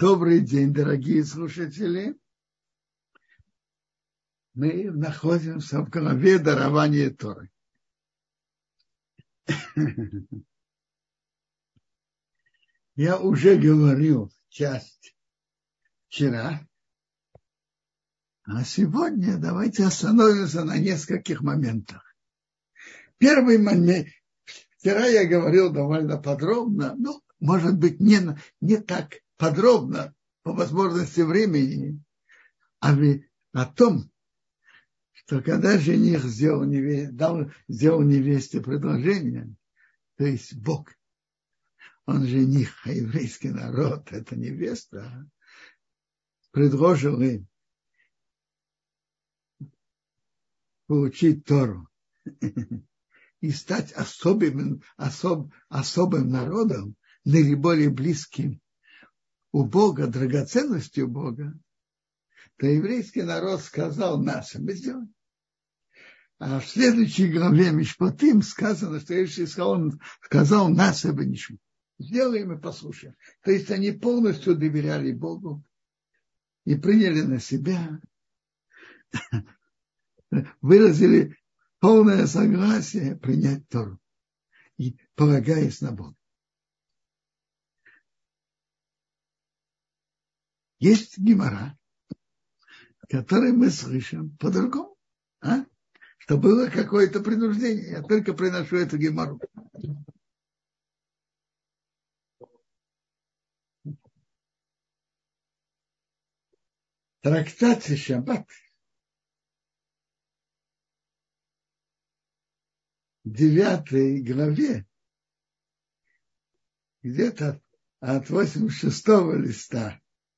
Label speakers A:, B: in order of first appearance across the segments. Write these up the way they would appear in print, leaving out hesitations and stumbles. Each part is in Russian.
A: Добрый день, дорогие слушатели. Мы находимся в главе дарования Торы. Я уже говорил часть вчера, а сегодня давайте остановимся на нескольких моментах. Первый момент, вчера я говорил довольно подробно, может быть, не так подробно по возможности времени, о том, что когда жених сделал невесте предложение, то есть Бог, он жених, а еврейский народ, это невеста, предложил им получить Тору и стать особым народом, наиболее близким у Бога, драгоценностью Бога, то еврейский народ сказал: нас, мы сделаем. А в следующей главе Мишпатим сказано, что Иешуа сказал: нас, сделаем и послушаем. То есть они полностью доверяли Богу и приняли на себя, выразили полное согласие принять Тору и полагаясь на Бога. Есть гемара, который мы слышим по-другому, что было какое-то принуждение. Я только приношу эту гемару. Трактат Шаббат, в 9 главе, где-то от 86 листа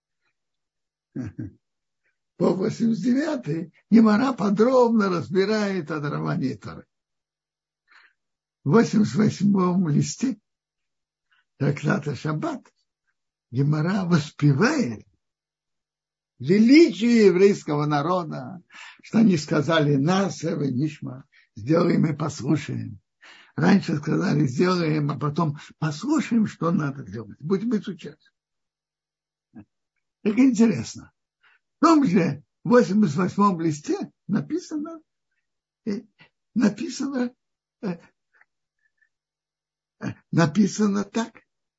A: по 89 гемара подробно разбирает о даровании Торы. В 88 листе трактата Шаббат гемара воспевает величие еврейского народа, что они сказали: нас, Нишма, сделаем и послушаем. Раньше сказали: сделаем, а потом послушаем, что надо делать. Будем изучать. Так интересно. В том же 88-м листе написано так.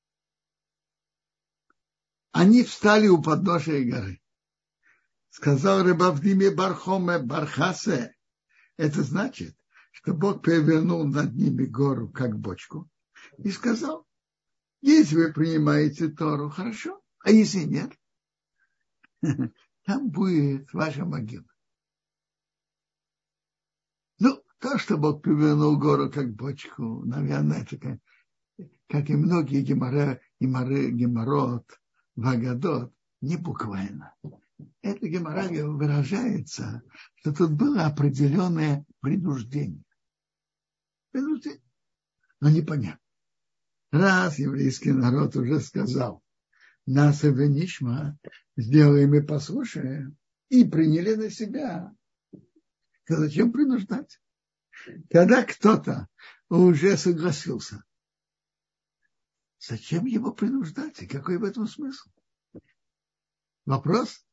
A: Они встали у подножия горы. Сказал Ребавдиме Бархоме Бархасе. Это значит, что Бог перевернул над ними гору, как бочку, и сказал: если вы принимаете Тору, хорошо, а если нет, там будет ваша могила. То, что Бог перевернул гору, как бочку, наверное, это как и многие геморрот, вагадот, не буквально. Это гемора выражается, что тут было определенное принуждение. Но непонятно. Раз еврейский народ уже сказал: нас и Нишма, сделаем и послушаем, и приняли на себя, то зачем принуждать? Когда кто-то уже согласился, зачем его принуждать? И какой в этом смысл? Вопрос?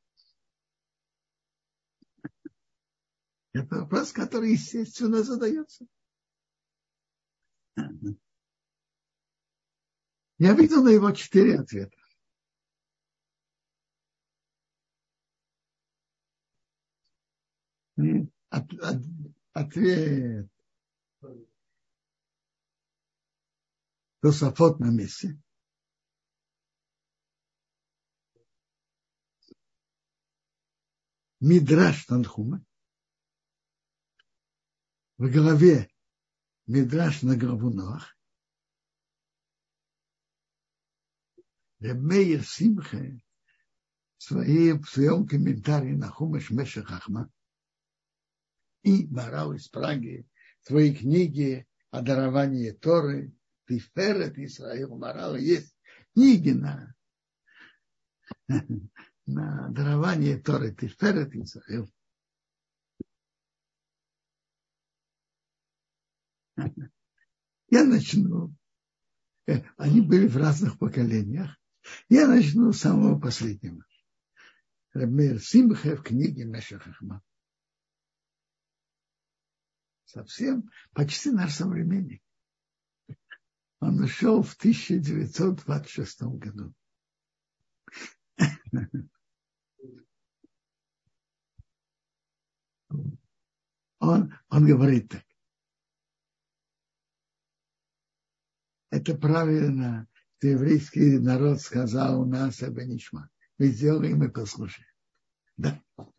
A: Это вопрос, который, естественно, задается. Я видел на его 4 ответа. Ответ Тосафот на месте. Мидраш Танхума. В голове Мидраш на главу Ноах. Ребмеир Симхе в своем комментарии на Хумаш Меша Хахма и Марал из Праги в своей книге о даровании Торы Тиферет Исраил Марал есть книги на дарование Торы Тиферет Исраил. Я начну. Они были в разных поколениях. Я начну с самого последнего. Рабмейр Симха в книге Меша Хахма. Совсем почти наш современник. Он ушел в 1926 году. Он говорит так. Это правильно, что еврейский народ сказал у нас Абанишма. Мы сделаем и послушаем. Да.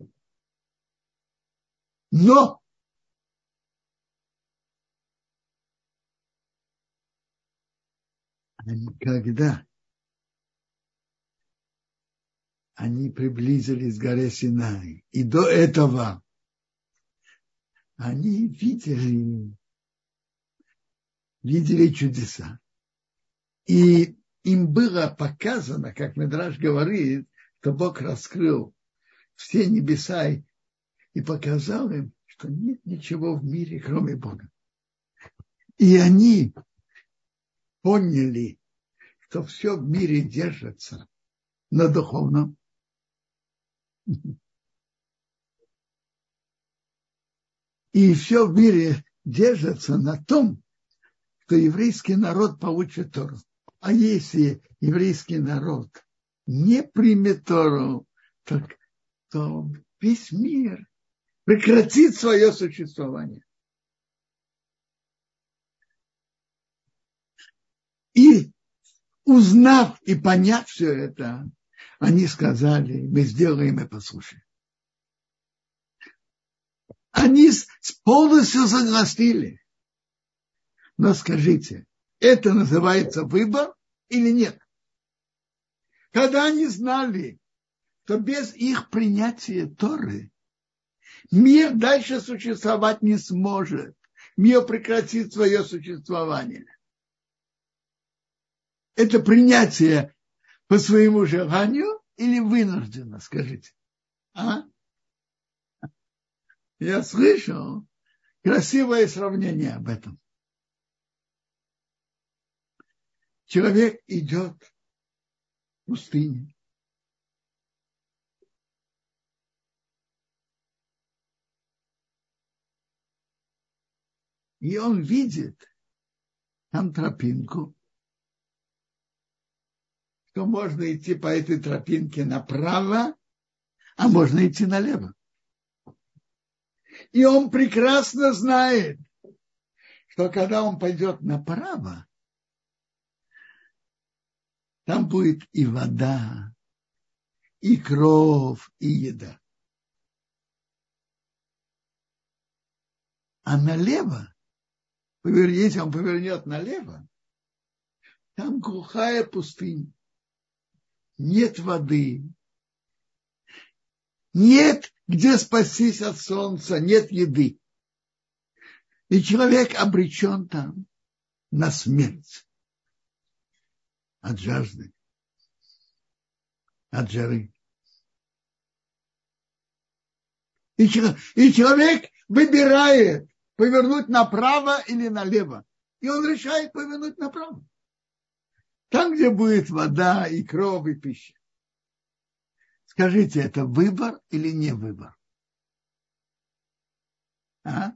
A: Но когда они приблизились к горе Синай, и до этого они видели чудеса. И им было показано, как Мидраш говорит, что Бог раскрыл все небеса и показал им, что нет ничего в мире, кроме Бога. И они поняли, что все в мире держится на духовном. И все в мире держится на том, что еврейский народ получит Тору. А если еврейский народ не примет Тору, то весь мир прекратит свое существование. И узнав и поняв все это, они сказали, мы сделаем и послушаем. Они полностью согласились. Но скажите, это называется выбор или нет? Когда они знали, что без их принятия Торы мир дальше существовать не сможет, мир прекратит свое существование. Это принятие по своему желанию или вынужденно, скажите? А? Я слышал красивое сравнение об этом. Человек идет в пустыне. И он видит там тропинку, что можно идти по этой тропинке направо, а можно идти налево. И он прекрасно знает, что когда он пойдет направо, там будет и вода, и кровь, и еда. А налево, если он повернет налево, там глухая пустыня. Нет воды, нет где спастись от солнца, нет еды. И человек обречен там на смерть от жажды, от жары. И человек выбирает, повернуть направо или налево. И он решает повернуть направо. Там, где будет вода и кровь, и пища. Скажите, это выбор или не выбор? А?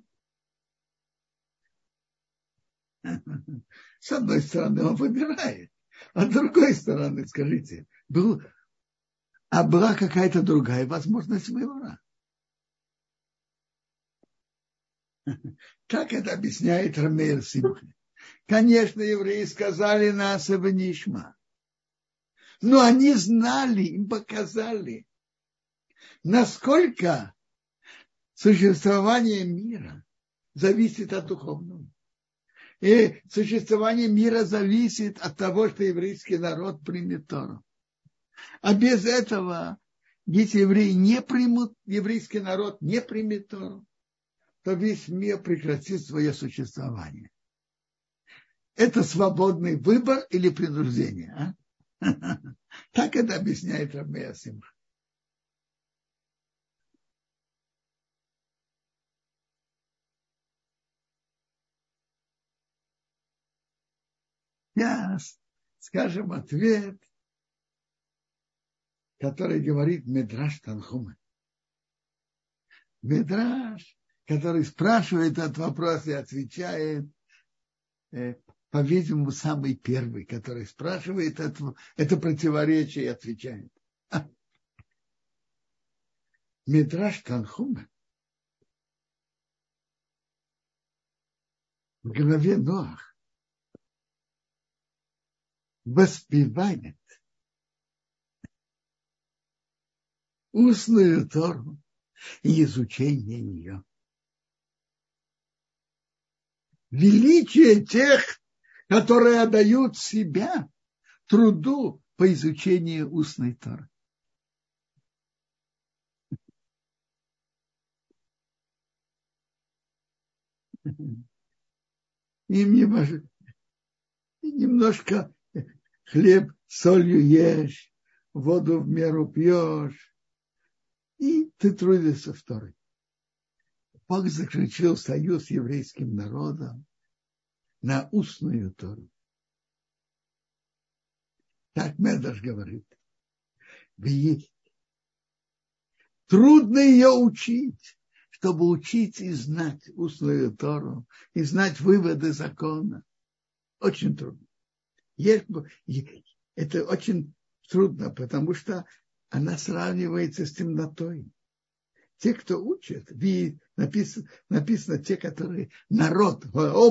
A: С одной стороны, он выбирает. А с другой стороны, скажите, была какая-то другая возможность выбора. Как это объясняет Рамейр Симха? Конечно, евреи сказали нас Абанишма. Но они знали, им показали, насколько существование мира зависит от духовного. И существование мира зависит от того, что еврейский народ примет Тору. А без этого, если евреи не примут, еврейский народ не примет Тору, то весь мир прекратит свое существование. Это свободный выбор или принуждение? А? Так это объясняет Рабмейр Симха. Я, скажем, ответ который говорит Мидраш Танхума. Мидраш, который спрашивает этот вопрос и отвечает, по-видимому, самый первый, который спрашивает это противоречие и отвечает. Мидраш Танхума в главе Ноах воспевает устную Тору и изучение ее. Величие тех, которые отдают себя труду по изучению устной Торы. Им немножко хлеб с солью ешь, воду в меру пьешь, и ты трудишься в Торе. Бог заключил союз с еврейским народом на устную Тору. Так Медраш говорит. Трудно ее учить, чтобы учить и знать устную Тору, и знать выводы закона. Очень трудно. Это очень трудно, потому что она сравнивается с темнотой. Те, кто учат, написано те, которые народ,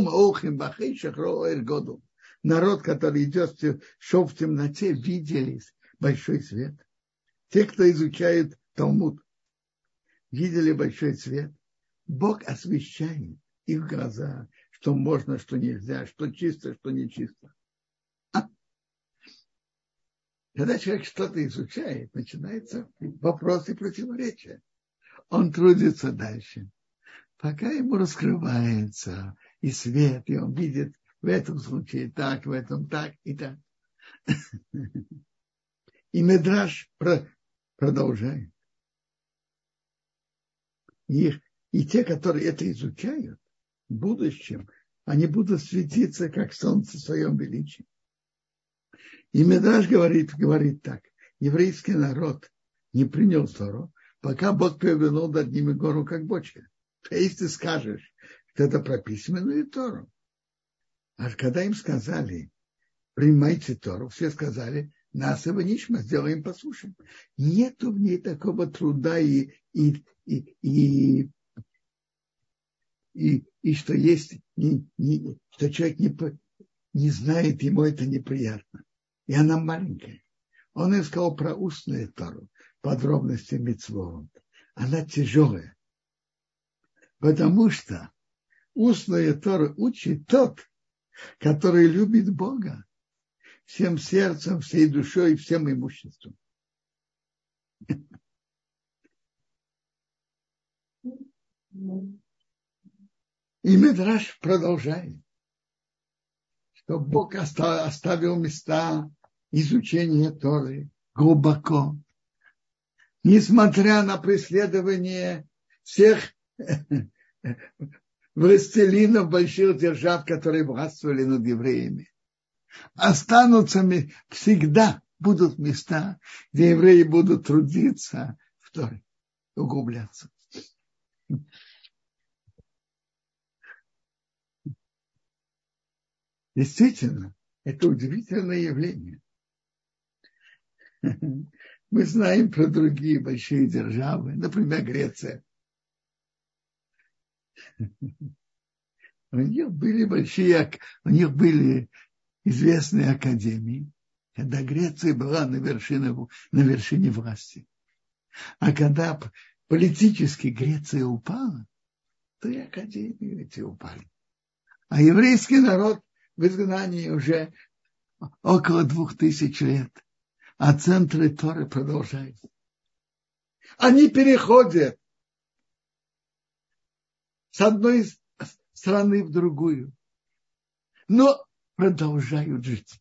A: народ, который идет, шел в темноте, видели большой свет. Те, кто изучает Талмуд, видели большой свет. Бог освещает их глаза, что можно, что нельзя, что чисто, что нечисто. Когда человек что-то изучает, начинается вопрос и противоречия. Он трудится дальше, пока ему раскрывается и свет, и он видит в этом случае так, в этом так и так. И Мидраш продолжает. И те, которые это изучают, в будущем, они будут светиться, как солнце в своем величии. И Мидраш говорит так. Еврейский народ не принял Тору, пока Бог перевернул над ними гору, как бочка. То есть ты скажешь, что это про письменную Тору. А когда им сказали, принимайте Тору, все сказали, нас его нишма, сделаем послушаем. Нету в ней такого труда и что есть, что человек не знает, ему это неприятно. И она маленькая. Он им сказал про устную Тору, подробности мицвот. Она тяжелая. Потому что устная Тора учит тот, который любит Бога всем сердцем, всей душой и всем имуществом. И Мидраш продолжает, что Бог оставил места изучения Торы глубоко, несмотря на преследование всех властелинов больших держав, которые властвовали над евреями. Останутся всегда будут места, где евреи будут трудиться в Торе, углубляться. Действительно, это удивительное явление. Мы знаем про другие большие державы, например, Греция. У них были известные академии, когда Греция была на вершине власти. А когда политически Греция упала, то и академии эти упали. А еврейский народ в изгнании уже около 2000 лет. А центры Торы продолжаются. Они переходят с одной страны в другую, но продолжают жить.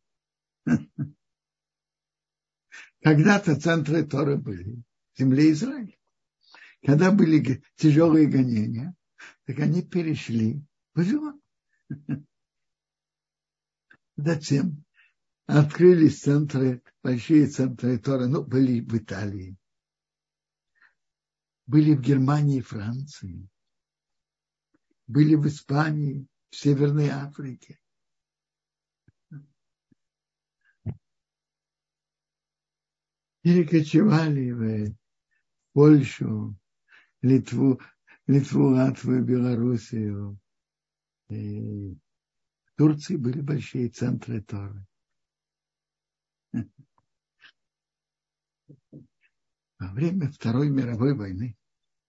A: Когда-то центры Торы были в земле Израиля. Когда были тяжелые гонения, так они перешли в Вавилон. Затем открылись центры, большие центры Торы, ну, были в Италии, были в Германии и Франции, были в Испании, в Северной Африке. Перекочевали в Польшу, Литву, Латвию, Белоруссию. И в Турции были большие центры Торы. Во время Второй мировой войны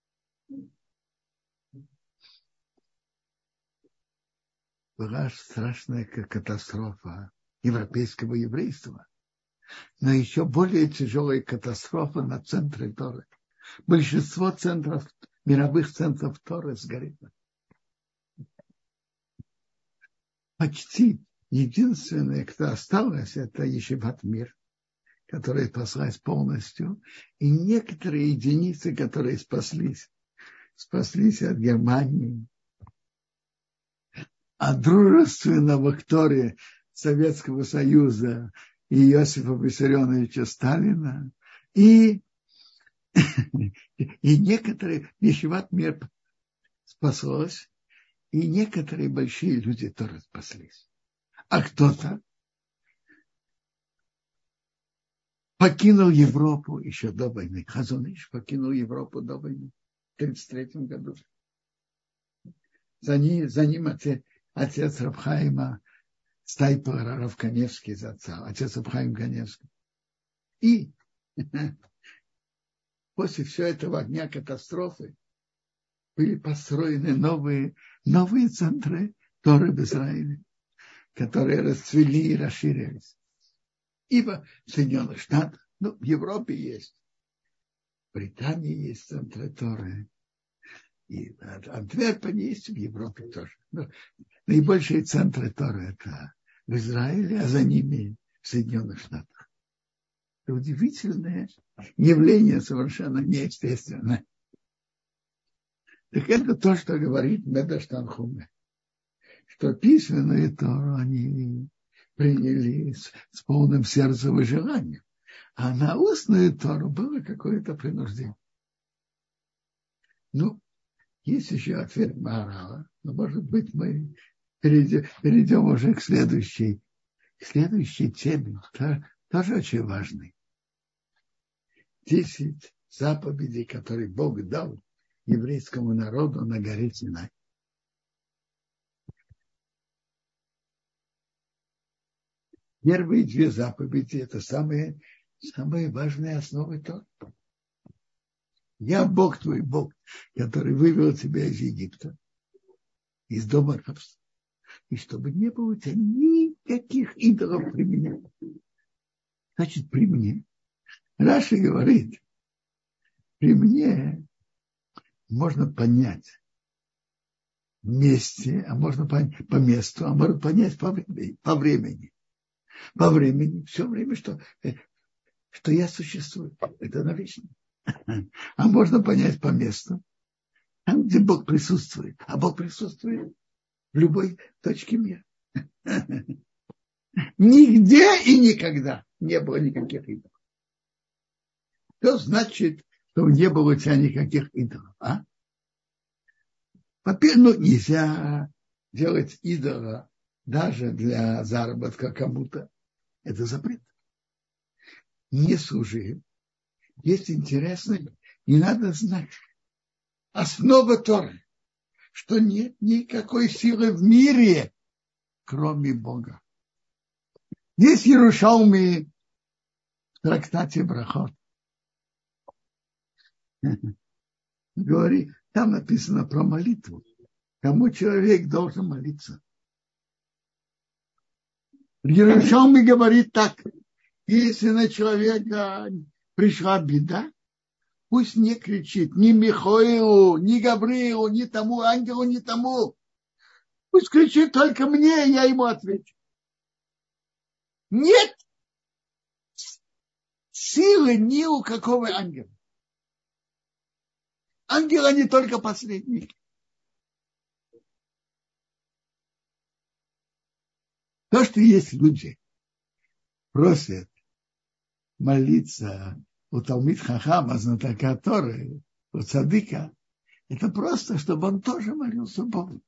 A: была страшная катастрофа европейского еврейства, но еще более тяжелая катастрофа на центре Торы. Большинство центров, мировых центров Торы сгорело. Почти единственное, кто осталось, это Ешиват Мир, которая спаслась полностью, и некоторые единицы, которые спаслись от Германии, от дружественного Торы Советского Союза и Иосифа Виссарионовича Сталина, и некоторые, Ешиват Мир спаслось, и некоторые большие люди тоже спаслись. А кто-то покинул Европу еще до войны. Хазон Иш покинул Европу до войны в 1933 году. За ним отец Рав Хаима Стайплера, Рав Каневский за отца, отец Рав Хаим Каневский. И после всего этого огня катастрофы были построены новые центры Торы в Израиле, которые расцвели и расширились. Ибо в Соединенных Штатах, в Европе есть, в Британии есть центры Торы, и Антверпене есть, в Европе тоже. Но наибольшие центры Торы это в Израиле, а за ними в Соединенных Штатах. Это удивительное явление, совершенно неестественное. Так это то, что говорит Медраш Танхуме, что письменную Тору они приняли с полным сердцем и желанием, а на устную Тору было какое-то принуждение. Есть еще ответ Маорала, но, может быть, мы перейдем уже к следующей теме, тоже очень важной. 10 заповедей, которые Бог дал еврейскому народу на горе Синай. Первые 2 заповеди – это самые важные основы Торы. Я Бог твой, Бог, который вывел тебя из Египта, из дома рабства. И чтобы не было у тебя никаких идолов при мне. Значит, при мне. Раши говорит, при мне можно понять вместе, а можно понять по месту, а можно понять по времени. По времени, все время, что я существую. Это навечно. А можно понять по месту. Там, где Бог присутствует. А Бог присутствует в любой точке мира. Нигде и никогда не было никаких идолов. Что значит, что не было у тебя никаких идолов? А? Во-первых, нельзя делать идола даже для заработка кому-то. Это запрет. Не служи. Есть интересно, не надо знать. Основа Торы, что нет никакой силы в мире, кроме Бога. Есть Иерушалми в трактате Брахот. Говорит, там написано про молитву. Кому человек должен молиться. Иерушалми говорит так. Если на человека пришла беда, пусть не кричит ни Михаилу, ни Гавриилу, ни тому ангелу, ни тому. Пусть кричит только мне, я ему отвечу. Нет силы ни у какого ангела. Ангелы не только посредники. То, что есть люди, просит молиться у Талмид Хахама, знатока Торы, у цадыка, это просто, чтобы он тоже молился Богу.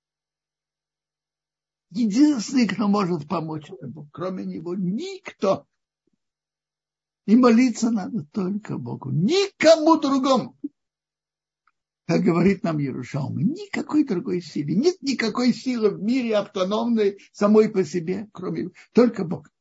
A: Единственный, кто может помочь этому, кроме него, никто. И молиться надо только Богу, никому другому. Как говорит нам Иерушалми, никакой другой силы. Нет никакой силы в мире автономной самой по себе, кроме только Бога.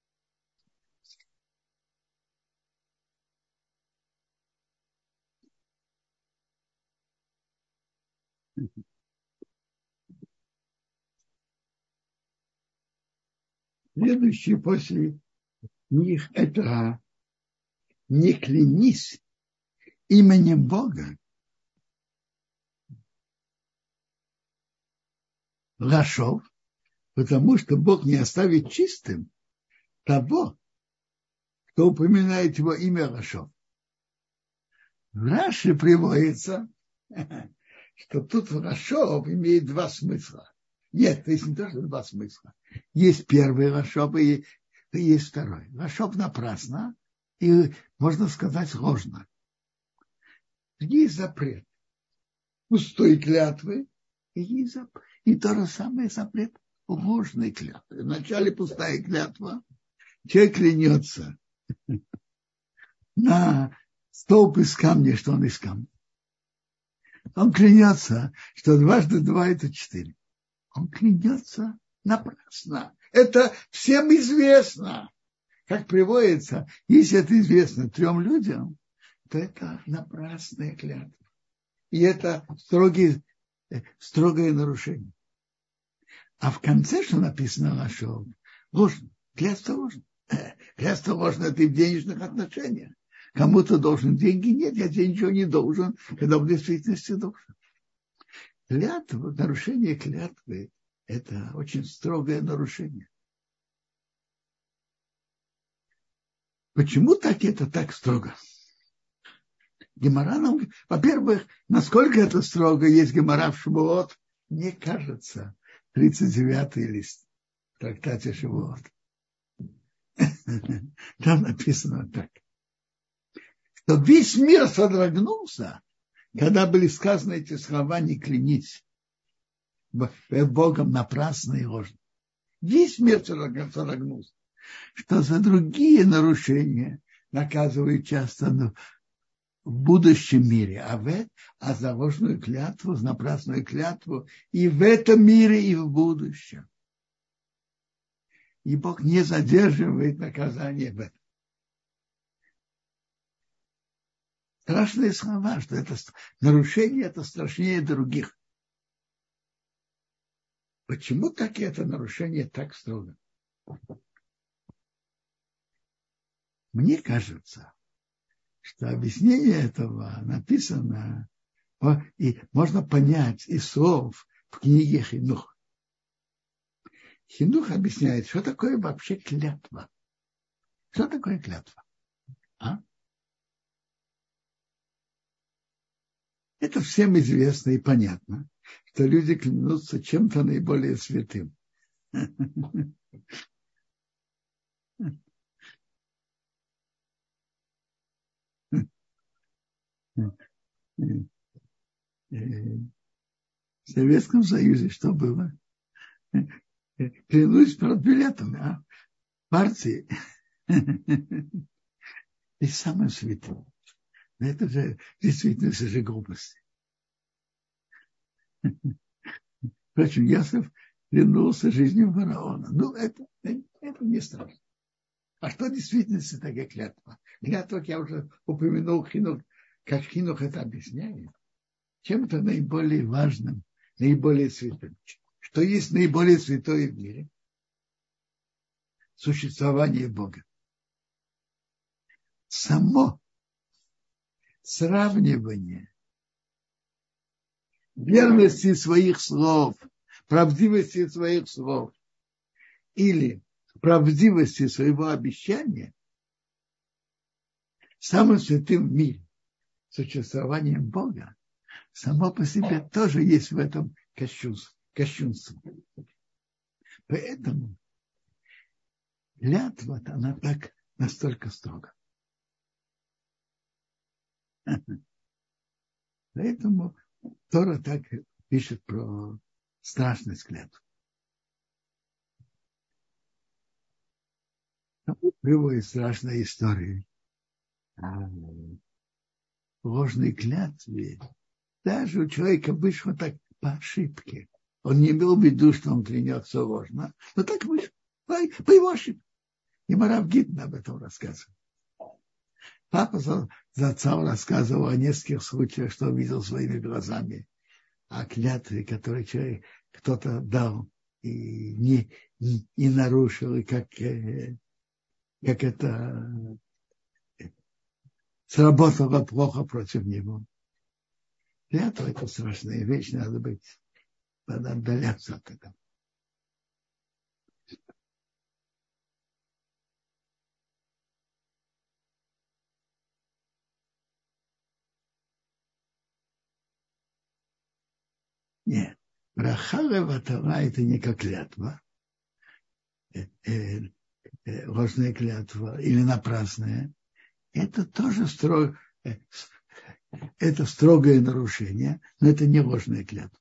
A: Следующий после них это не клянись именем Бога. Лашов, потому что Бог не оставит чистым того, кто упоминает его имя Лашов. В Раши приводится, что тут Лашов имеет два смысла. Нет, то есть не то, что два смысла. Есть первый Лашов и есть второй. Лашов напрасно и, можно сказать, ложно. Есть запрет пустой клятвы и есть запрет. И то же самое запрет ложной клятвы. Вначале пустая клятва. Человек клянется на столб из камня, что он из камня. Он клянется, что дважды два – это 4. Он клянется напрасно. Это всем известно. Как приводится, если это известно 3 людям, то это напрасная клятва. И это строгое нарушение. А в конце, что написано Лашов, ложно. Клятва ложна. Клятва ложна – это и в денежных отношениях. Кому-то должен деньги, нет, я тебе ничего не должен, когда в действительности должен. Клятва, нарушение клятвы – это очень строгое нарушение. Почему это так строго? Гемара нам, во-первых, насколько это строго, есть Гемара в Шивуот, мне кажется, 39-й лист в трактате Шивуот. Там написано так, что весь мир содрогнулся, когда были сказаны эти слова «не клянись Богом напрасно и ложно». Весь мир содрогнулся, что за другие нарушения наказывают часто в будущем мире, а за ложную клятву, за напрасную клятву и в этом мире, и в будущем. И Бог не задерживает наказание в этом. Страшные слова, что это нарушение, это страшнее других. Почему это нарушение так строго? Мне кажется, что объяснение этого написано, и можно понять из слов в книге Хинух. Хинух объясняет, что такое вообще клятва. Что такое клятва? Это всем известно и понятно, что люди клянутся чем-то наиболее святым. В Советском Союзе что было? Клянусь перед билетами, партии. И самым святым. Это же действительно же глупости. Впрочем, Ясов клянился жизнью фараона. Это не страшно. А что в действительности такая клятва? Клятва, как я уже упомянул, как Хинух это объясняет, чем-то наиболее важным, наиболее святым. Что есть наиболее святое в мире? Существование Бога. Само сравнивание верности своих слов, правдивости своих слов или правдивости своего обещания самым святым в мире, существованием Бога, само по себе тоже есть в этом кощунство. Поэтому клятва, она так настолько строга. Поэтому Тора так пишет про страшность клятвы. Приводит страшные истории о ложной клятве. Даже у человека вышло так по ошибке. Он не имел в виду, что он клянется ложно, но так вышло, по его ошибке. И Рав Гитн об этом рассказывает. Папа за отцом рассказывал о нескольких случаях, что он видел своими глазами, о клятве, которую человек кто-то дал и не нарушил, и как это сработало плохо против него. Клятва – это страшная вещь, надо отдаляться от этого. Нет, браха леватара – это не как клятва, ложная клятва или напрасная. Это тоже это строгое нарушение, но это не ложная клятва.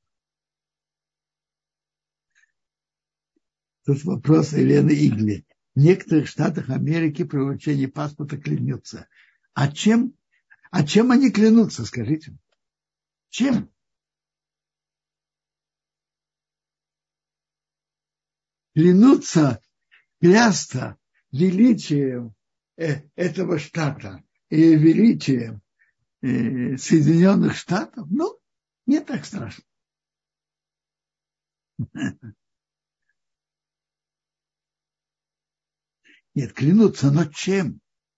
A: Тут вопрос Елены Игли. В некоторых штатах Америки при вручении паспорта клянутся. А чем они клянутся, скажите? Чем? Клянутся клясться величием этого штата и величием Соединенных Штатов, ну, не так страшно. Нет, клянутся, но чем?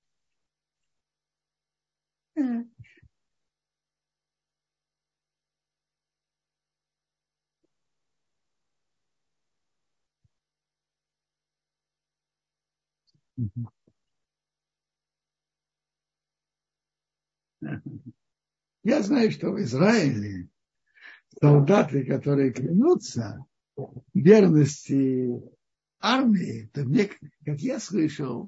A: Я знаю, что в Израиле солдаты, которые клянутся верности армии, то мне, как я слышал,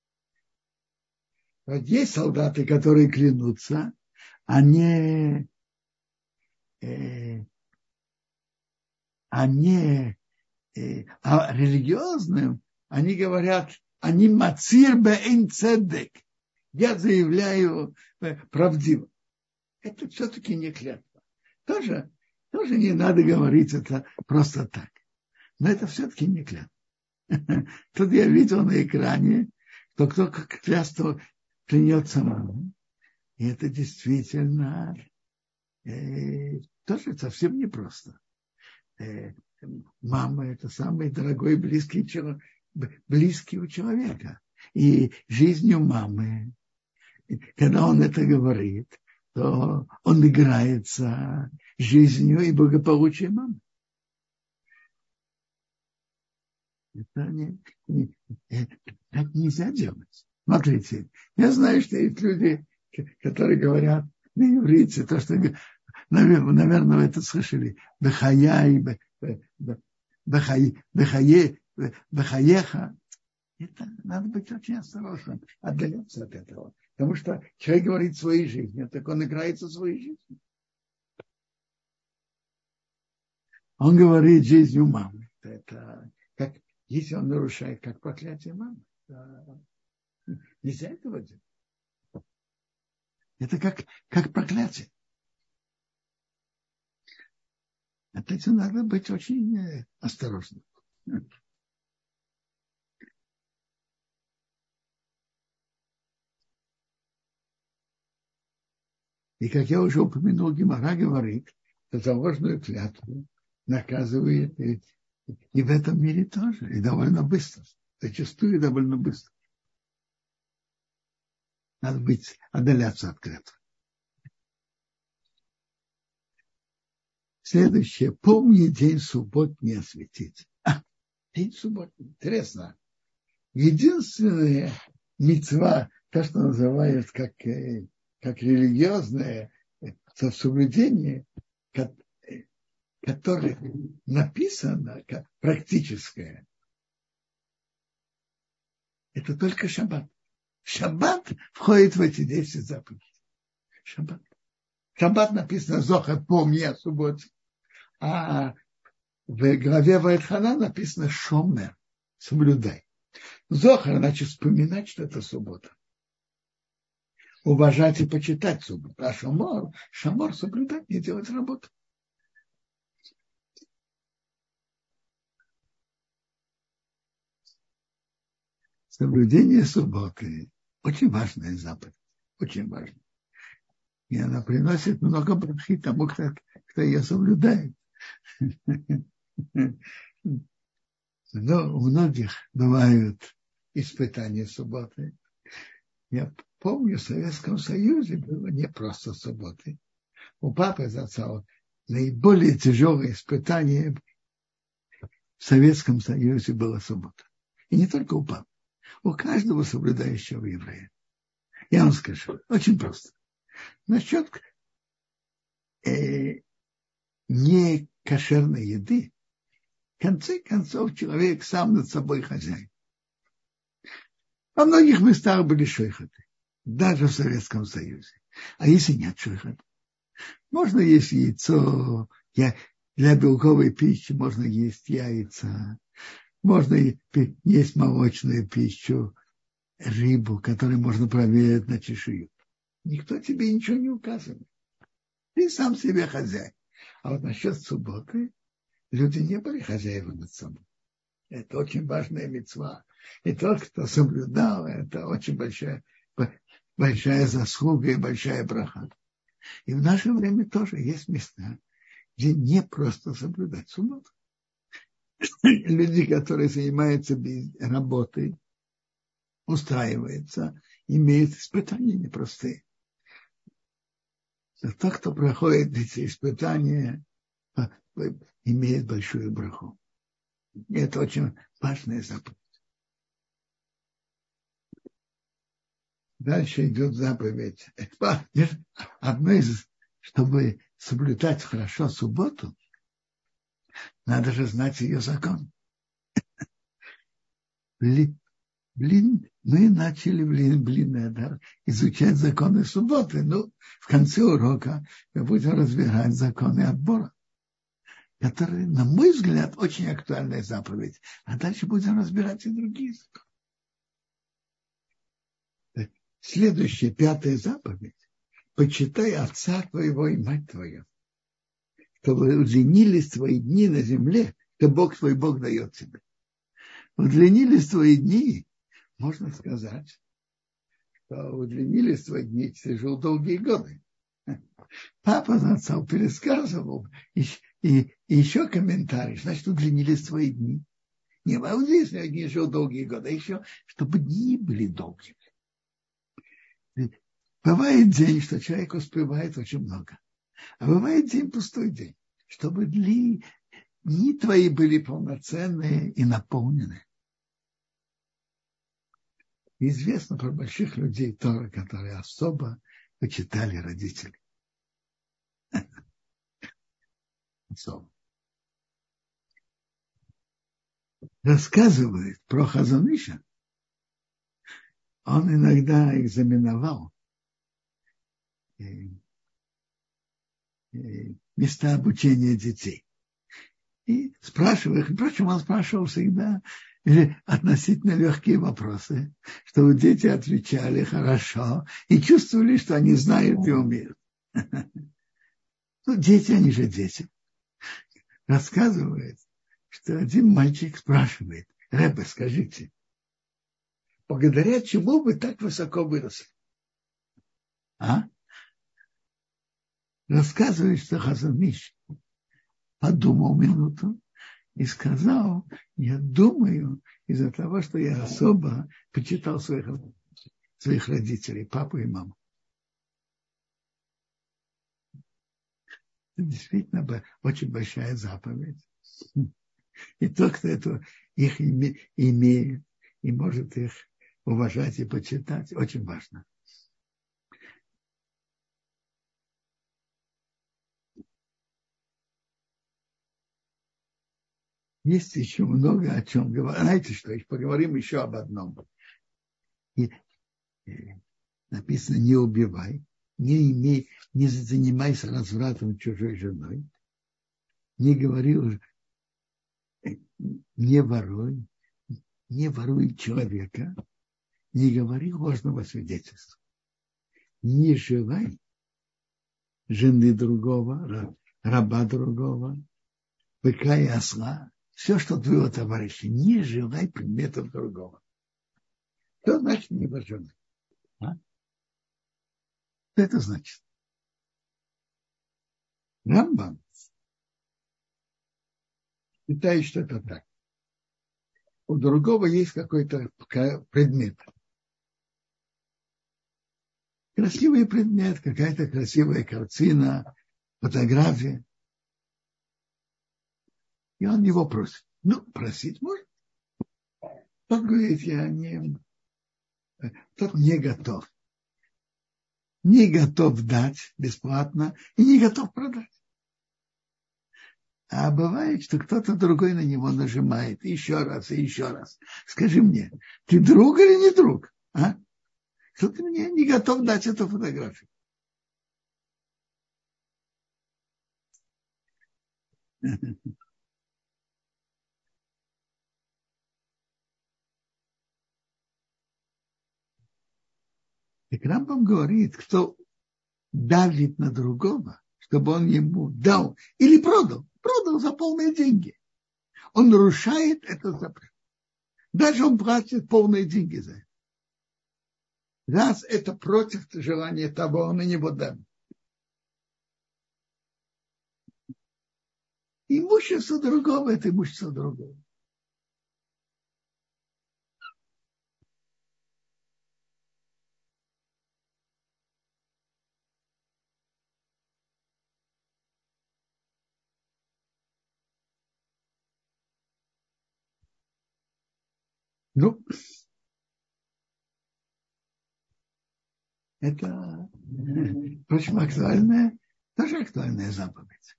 A: вот есть солдаты, которые клянутся, а религиозным они говорят, они мацир беэн цедек. Я заявляю правдиво. Это все-таки не клятва. Тоже не надо говорить это просто так. Но это все-таки не клятва. Тут я видел на экране, что кто как клятву клянется маму. И это действительно тоже совсем непросто. Мама – это самый дорогой близкий у человека. И жизнью мамы, когда он это говорит, то он играется жизнью и благополучием мамы. Так нельзя делать. Смотрите, я знаю, что есть люди, которые говорят на иврите, то, что, наверное, вы это слышали, бехаеха. Это надо быть очень осторожным, отдаляться от этого. Потому что человек говорит своей жизнью, так он играется своей жизнью. Он говорит жизнью мамы. Это как, если он нарушает как проклятие мамы, нельзя этого делать. Это как проклятие. От этого надо быть очень осторожным. И как я уже упомянул, Гемара говорит, что за ложную клятву наказывает и в этом мире тоже, и довольно быстро. Зачастую довольно быстро. Надо отдаляться от клятвы. Следующее. Помни день субботний осветить. День субботний. Интересно. Единственная мицва, то, что называют как религиозное соблюдение, которое написано как практическое, Это только шаббат. Шаббат входит в эти 10 заповедей. Шаббат. Шаббат написано «Зохар, помни о субботе». А в главе Ваэтхана написано «Шомер», соблюдай. Зохар, значит, вспоминать, что это суббота. Уважать и почитать субботу. А шамор соблюдать, не делать работу. Соблюдение субботы очень важная заповедь. Очень важно. И она приносит много брахи тому, кто ее соблюдает. Но у многих бывают испытания субботы. Я помню, в Советском Союзе было не просто субботы. У папы зацал наиболее тяжелое испытание в Советском Союзе было суббота. И не только у папы. У каждого соблюдающего еврея. Я вам скажу, очень просто. Насчет не кошерной еды, в конце концов, человек сам над собой хозяин. Во многих местах были шойхаты, даже в Советском Союзе. А если нет шойхата? Можно есть яйцо, для белковой пищи можно есть яйца, можно есть молочную пищу, рыбу, которую можно проверить на чешую. Никто тебе ничего не указывает. Ты сам себе хозяин. А вот насчет субботы люди не были хозяевами над собой. Это очень важная мицва. И тот, кто соблюдал, это очень большая заслуга и большая браха. И в наше время тоже есть места, где не просто соблюдать субботу. Люди, которые занимаются работой, устраиваются, имеют испытания непростые. Но тот, кто проходит эти испытания, имеет большую браху. И это очень важная заповедь. Дальше идет заповедь. Одно из, чтобы соблюдать хорошо субботу, надо же знать ее закон. Мы начали, изучать законы субботы. Ну, в конце урока мы будем разбирать законы отбора, которые, на мой взгляд, очень актуальная заповедь. А дальше будем разбирать и другие законы. Следующая, 5-я заповедь. Почитай отца твоего и мать твою, чтобы удлинились твои дни на земле, что Бог твой Бог дает тебе. Удлинились твои дни, можно сказать, что удлинились твои дни, ты жил долгие годы. Папа отцом пересказывал, и еще комментарий, значит, удлинились твои дни. Не вот здесь не жил долгие годы, а еще, чтобы дни были долгими. Бывает день, что человек успевает очень много. А бывает день, пустой день, чтобы дни твои были полноценные и наполнены. Известно про больших людей Торы, которые особо почитали родителей. Особо. Рассказывает про Хазон Иша. Он иногда экзаменовал места обучения детей. И спрашивал, впрочем, он спрашивал всегда относительно легкие вопросы, чтобы дети отвечали хорошо и чувствовали, что они знают и умеют. Ну, дети, они же дети. Рассказывает, что один мальчик спрашивает: Ребе, скажите, благодаря чему вы так высоко выросли? А? Рассказывает, что Хазон Иш подумал минуту и сказал: я думаю, из-за того, что я особо почитал своих родителей, папу и маму. Это действительно очень большая заповедь. И тот, кто их имеет и может их уважать и почитать, очень важно. Есть еще много о чем говорить. Знаете что, поговорим еще об одном. И, написано, не убивай, не занимайся развратом чужой женой, не говори, не воруй, не воруй человека, не говори ложного свидетельства, не желай жены другого, раба другого, быка и осла, все, что твоего товарища, не желай предметов другого. Что значит не жены? А? Что это значит? Рамбам считает, что это так. У другого есть какой-то предмет. Красивый предмет, какая-то красивая картина, фотография. И он его просит. Ну, просить может. Тот говорит, тот не готов. Не готов дать бесплатно и не готов продать. А бывает, что кто-то другой на него нажимает еще раз и еще раз. Скажи мне, ты друг или не друг? А? Что ты мне не готов дать эту фотографию? И Рамбам говорит, кто давит на другого, чтобы он ему дал или продал за полные деньги. Он нарушает этот запрет. Даже он платит полные деньги за это. Раз это против желания того, он на него давит. Имущество другого – это имущество другого. Ну, это, впрочем, тоже актуальная заповедь.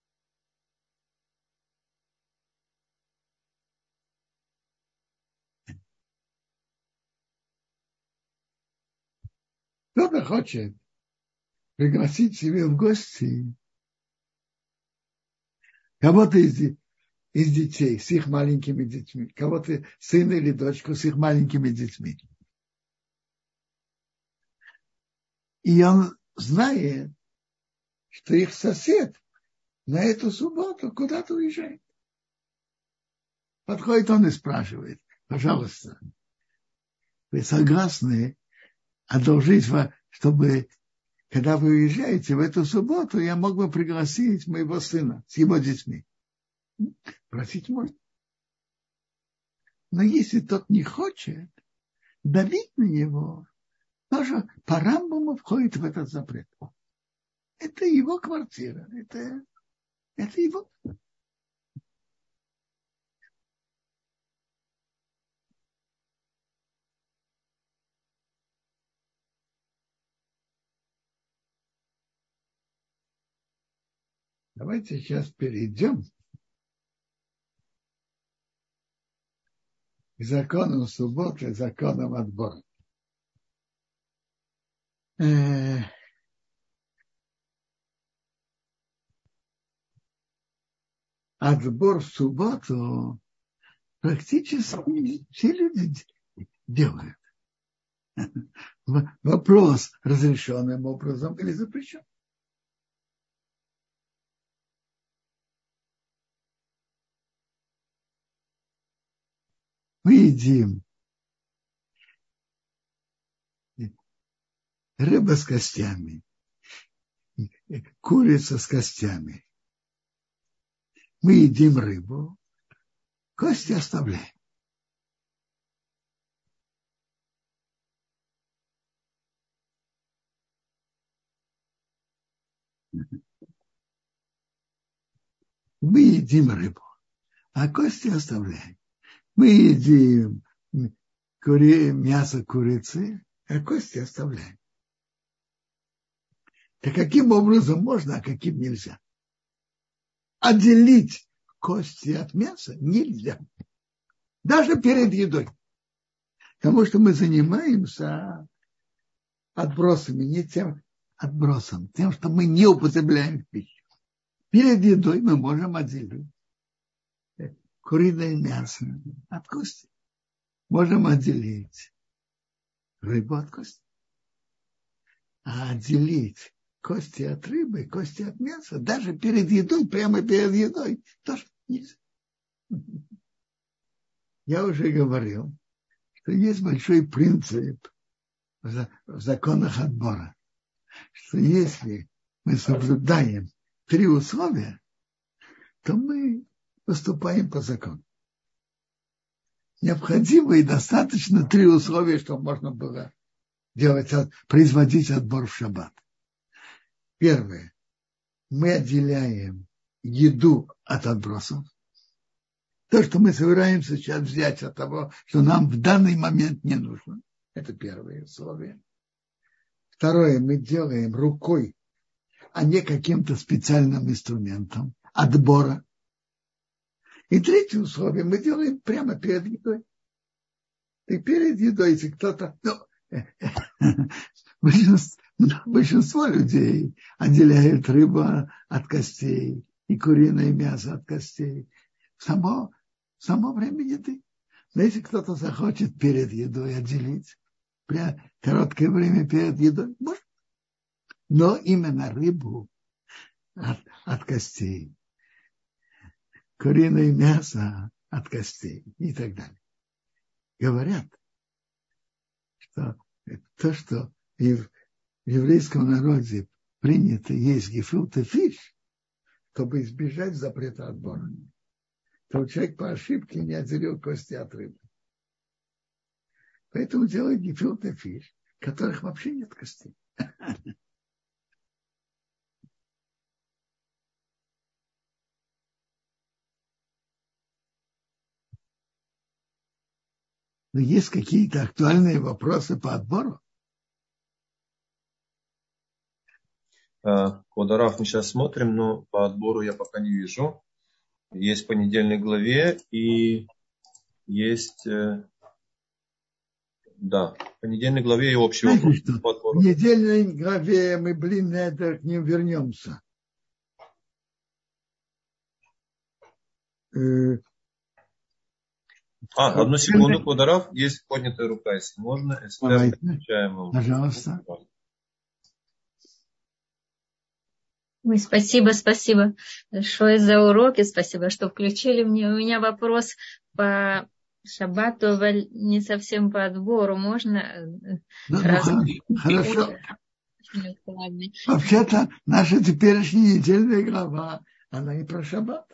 A: Кто-то хочет пригласить себе в гости кого-то из детей с их маленькими детьми, кого-то сына или дочку с их маленькими детьми. И он знает, что их сосед на эту субботу куда-то уезжает. Подходит он и спрашивает, пожалуйста, вы согласны одолжить вас, чтобы, когда вы уезжаете в эту субботу, я мог бы пригласить моего сына с его детьми? Просить можно. Но если тот не хочет, давить на него тоже по Рамбаму входит в этот запрет. Это его квартира, это его. Давайте сейчас перейдем к законам субботы, законам отбора. Отбор в субботу практически все люди делают. Вопрос, разрешенным образом или запрещен. Мы едим рыба с костями, курица с костями. Мы едим рыбу, кости оставляем. Мы едим рыбу, а кости оставляем. Мы едим мясо курицы, а кости оставляем. Так каким образом можно, а каким нельзя? Отделить кости от мяса нельзя. Даже перед едой. Потому что мы занимаемся отбросами, не тем отбросом, тем, что мы не употребляем в пищу. Перед едой мы можем отделить куриное мясо от кости. Можем отделить рыбу от кости. А отделить кости от рыбы, кости от мяса, даже перед едой, прямо перед едой, тоже нельзя. Я уже говорил, что есть большой принцип в законах отбора, что если мы соблюдаем 3 условия, то мы поступаем по закону. Необходимо и достаточно 3 условия, чтобы можно было производить отбор в шаббат. Первое. Мы отделяем еду от отбросов. То, что мы собираемся сейчас взять от того, что нам в данный момент не нужно. Это первое условие. Второе. Мы делаем рукой, а не каким-то специальным инструментом отбора. И третье условие мы делаем прямо перед едой. И перед едой, если кто-то... Большинство людей отделяют рыбу от костей и куриное мясо от костей в само время еды. Но если кто-то захочет перед едой отделить, короткое время перед едой, может. Но именно рыбу от костей, куриное мясо от костей и так далее. Говорят, что то, что в еврейском народе принято есть гефилте фиш, чтобы избежать запрета отбора, то человек по ошибке не отделил кости от рыбы. Поэтому делают гефилте фиш, в которых вообще нет костей. Но есть какие-то актуальные вопросы по отбору?
B: Квод ар, мы сейчас смотрим, но по отбору я пока не вижу. Есть в понедельной главе и есть... Да, в понедельной главе и общий вопрос по отбору.
A: В недельной главе мы, на это к ним вернемся.
B: Одну секунду, Квод ар, есть поднятая рука, если можно. Эстер, включаем.
A: Пожалуйста.
C: Ой, спасибо большое за уроки, спасибо, что включили мне. У меня вопрос по шаббату, не совсем по отбору, можно?
A: Хорошо. Вообще-то наша теперешняя недельная глава, она и про шаббат.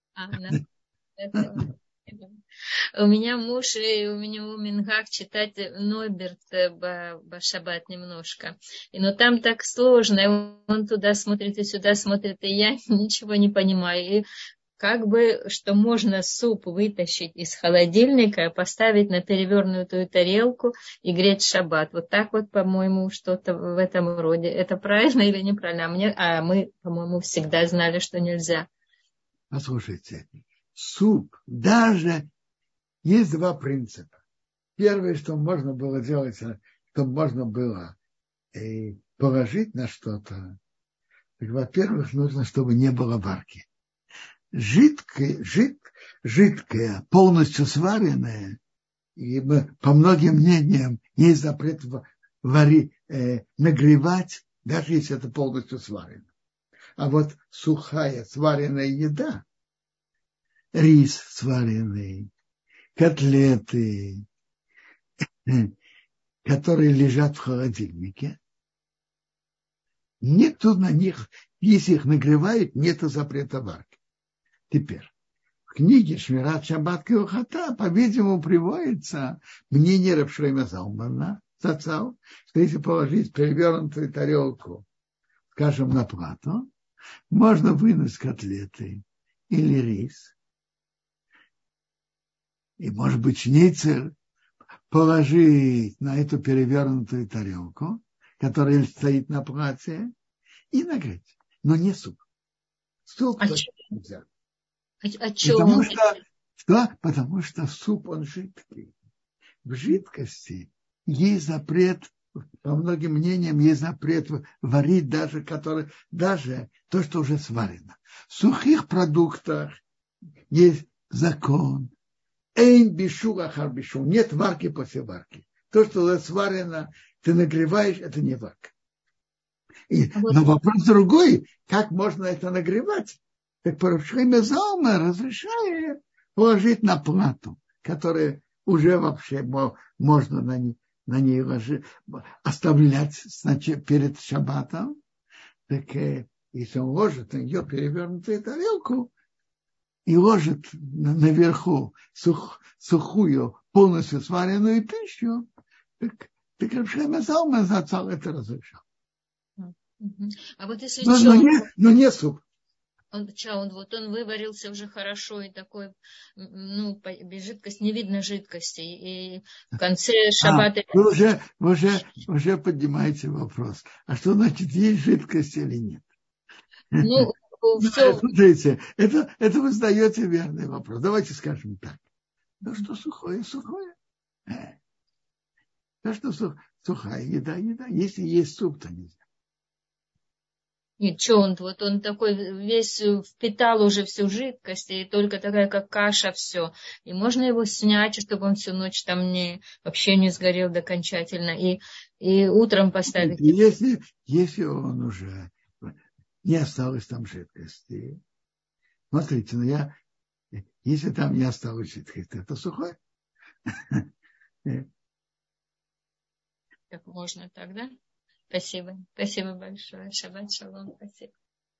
C: У меня муж, и у него мингаг читать Нойберт шаббат немножко. Но там так сложно. Он туда смотрит и сюда смотрит, и я ничего не понимаю. И как бы, что можно суп вытащить из холодильника, поставить на перевернутую тарелку и греть шаббат. Вот так вот, по-моему, что-то в этом роде. Это правильно или неправильно? А мы, по-моему, всегда знали, что нельзя.
A: Послушайте, суп даже... Есть 2 принципа. Первое, что можно было делать, что можно было положить на что-то, так, во-первых, нужно, чтобы не было варки. Жидкое, полностью сваренное, и по многим мнениям есть запрет нагревать, даже если это полностью сварено. А вот сухая сваренная еда, рис сваренный, котлеты, которые лежат в холодильнике, нету на них, если их нагревают, нету запрета варки. Теперь, в книге Шмират Шаббат Кеохата, по-видимому, приводится мнение Рав Шломо Залмана, что если положить перевернутую тарелку, скажем, на плату, можно вынуть котлеты или рис, и, может быть, шницель положить на эту перевернутую тарелку, которая стоит на плате, и нагреть. Но не суп. Суп в жидкости есть запрет, по многим мнениям, есть запрет варить даже то, что уже сварено. В сухих продуктах есть закон. Эйн бишу ахар бишу. Нет варки после варки. То, что уже сварено, ты нагреваешь, это не варка. Но вопрос другой, как можно это нагревать? Так Парашхайме Залма разрешает положить на плату, которая уже вообще можно на ней оставлять перед шаббатом. Так если он ложит на нее перевернутую тарелку и ложит наверху сухую, полностью сваренную пищу, так Парашхайме Залма зацал это разрешал.
C: А вот если
A: но не суп.
C: Он выварился уже хорошо, и такой, без жидкости, не видно жидкости. И в конце шаббата...
A: Вы уже поднимаете вопрос. А что значит, есть жидкость или нет?
C: Все...
A: Смотрите, это вы задаете верный вопрос. Давайте скажем так. То, что сухое. То, что сухая еда. Если есть суп, то нельзя.
C: Нет, что он такой весь впитал уже всю жидкость, и только такая, как каша, все. И можно его снять, чтобы он всю ночь там вообще не сгорел окончательно, и утром поставить.
A: Если он уже не осталось там жидкости, смотрите, если там не осталось жидкости, это сухое.
C: Так можно так, да? Спасибо. Спасибо большое. Шаббат шалом. Спасибо.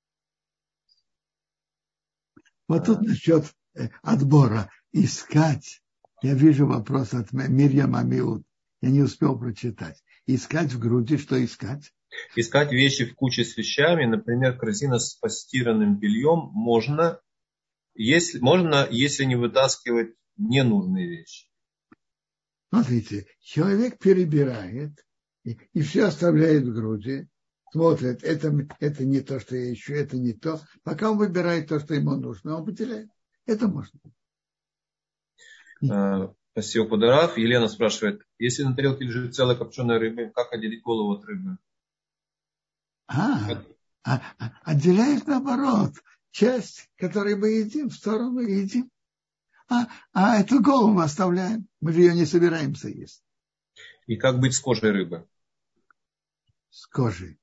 A: Вот тут насчет отбора. Искать. Я вижу вопрос от Мирьям Амиут. Я не успел прочитать. Искать в груди. Что искать?
B: Искать вещи в куче с вещами. Например, корзина с постиранным бельем. Можно, если не вытаскивать ненужные вещи.
A: Смотрите. Человек перебирает. И все оставляет в груди, смотрит, это не то, что я ищу, это не то. Пока он выбирает то, что ему нужно, он потеряет. Это можно.
B: Спасибо, Подарав. Елена спрашивает, если на тарелке лежит целая копченая рыба, как отделить голову от рыбы?
A: Отделяет наоборот. Часть, которую мы едим, в сторону едим. А эту голову оставляем. Мы же ее не собираемся есть.
B: И как быть с кожей рыбы?
A: С кожей.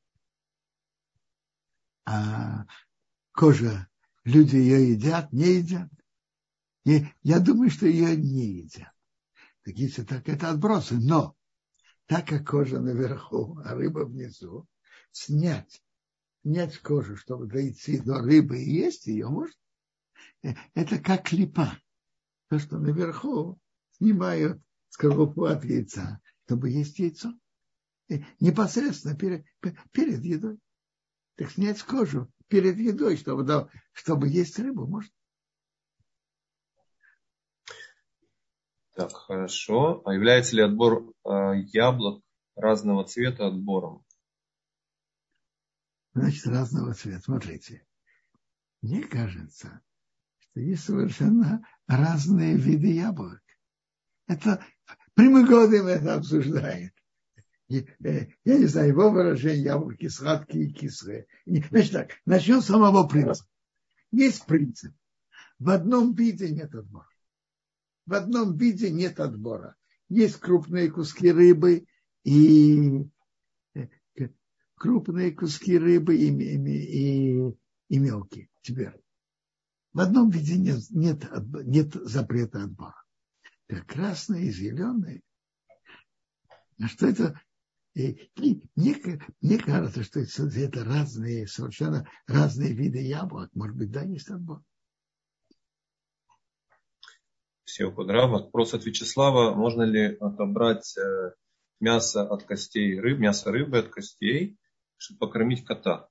A: А кожа, люди ее едят, не едят. И я думаю, что ее не едят. Так если так, это отбросы. Но так как кожа наверху, а рыба внизу, снять кожу, чтобы дойти до рыбы и есть ее, можно. Это как клипа. То, что наверху снимают скорлупу от яйца, чтобы есть яйцо. Непосредственно перед едой. Так снять кожу перед едой, чтобы есть рыбу, можно.
B: Так, хорошо. А является ли отбор яблок разного цвета отбором?
A: Значит, разного цвета. Смотрите. Мне кажется, что есть совершенно разные виды яблок. Это мы годами это обсуждаем. Я не знаю, его выражение, яблоки сладкие и кислые. Значит так, начнем с самого принципа. Есть принцип. В одном виде нет отбора. Есть крупные куски рыбы и мелкие. Теперь. В одном виде нет запрета отбора. Так красные и зеленые. А что это? Мне кажется, что это совершенно разные виды яблок. Может быть, да, есть отбор.
B: Все, Кудрав. Вопрос от Вячеслава. Можно ли отобрать мясо от костей мясо рыбы от костей, чтобы покормить кота?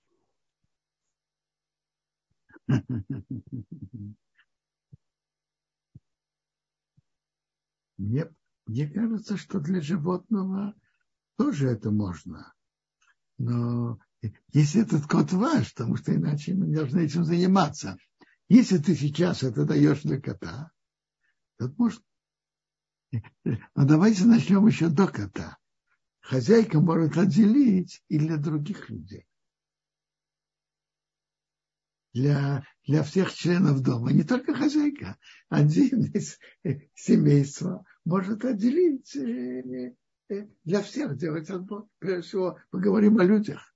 A: Мне кажется, что для животного тоже это можно. Но если этот кот ваш, потому что иначе мы должны этим заниматься. Если ты сейчас это даешь для кота, то можно. Но давайте начнем еще до кота. Хозяйка может отделить и для других людей. Для всех членов дома. Не только хозяйка. Один из семейства может отделить для всех, делать отбор. Прежде всего, поговорим о людях.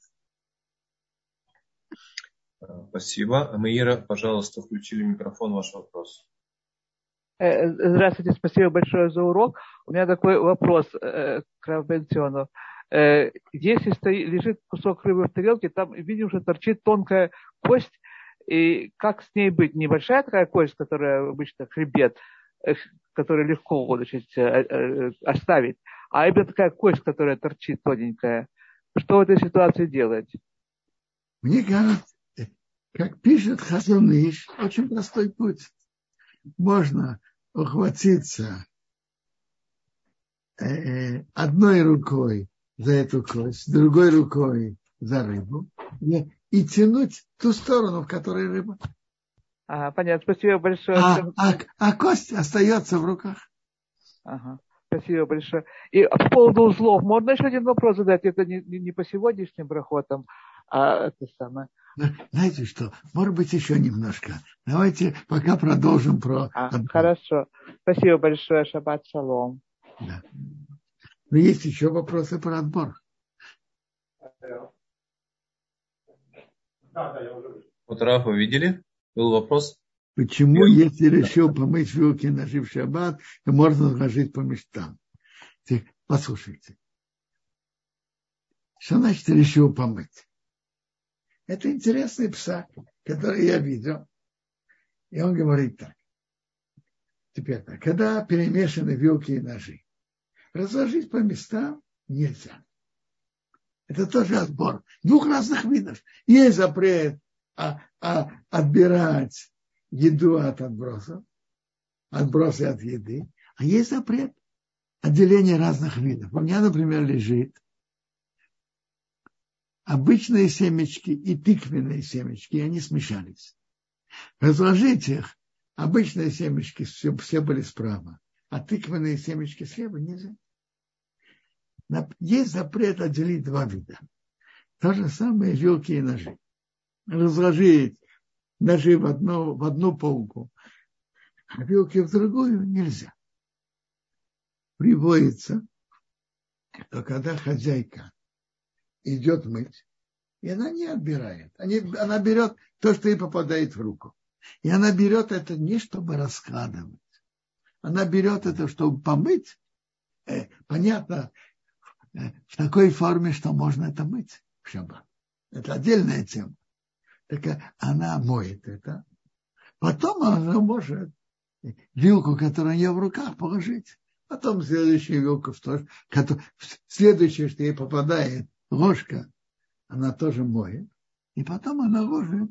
B: Спасибо. Маира, пожалуйста, включили микрофон, ваш вопрос.
D: Здравствуйте, спасибо большое за урок. У меня такой вопрос к Рав Бен-Циону. Если лежит кусок рыбы в тарелке, там видим, что торчит тонкая кость, и как с ней быть? Небольшая такая кость, которая обычно хребет, которую легко оставить, а именно такая кость, которая торчит тоненькая. Что в этой ситуации делать?
A: Мне кажется, как пишет Хазон Иш, очень простой путь. Можно ухватиться одной рукой за эту кость, другой рукой за рыбу и тянуть ту сторону, в которой рыба.
D: Понятно, спасибо большое.
A: А кость остается в руках.
D: Ага. Спасибо большое. И по поводу узлов, можно еще один вопрос задать? Это не по сегодняшним брахотам, а это самое.
A: Знаете что? Может быть, еще немножко. Давайте пока продолжим про...
D: Хорошо. Спасибо большое. Шаббат шалом.
A: Да. Но есть еще вопросы про отбор.
B: Вот, Раф, вы видели? Был вопрос?
A: Почему, если решил помыть вилки и ножи в шаббат, то можно сложить по местам? Послушайте. Что значит решил помыть? Это интересный псак, который я видел. И он говорит так. Теперь так. Когда перемешаны вилки и ножи, разложить по местам нельзя. Это тоже отбор. Двух разных видов. Есть запрет отбирать еду от отбросов, отбросы от еды. А есть запрет отделения разных видов. У меня, например, лежит обычные семечки и тыквенные семечки, и они смешались. Разложить их, обычные семечки все были справа, а тыквенные семечки слева нельзя. Есть запрет отделить два вида. То же самое вилки и ножи. Разложить ножи в одну полку, а вилки в другую нельзя. Приводится, что когда хозяйка идет мыть, и она не отбирает. Она берет то, что ей попадает в руку. И она берет это не чтобы раскладывать. Она берет это, чтобы помыть. Понятно, в такой форме, что можно это мыть в шаббат. Это отдельная тема. Так она моет это. Потом она может вилку, которая у нее в руках, положить. Потом следующую вилку, следующее, что ей попадает, ложка, она тоже моет. И потом она ложит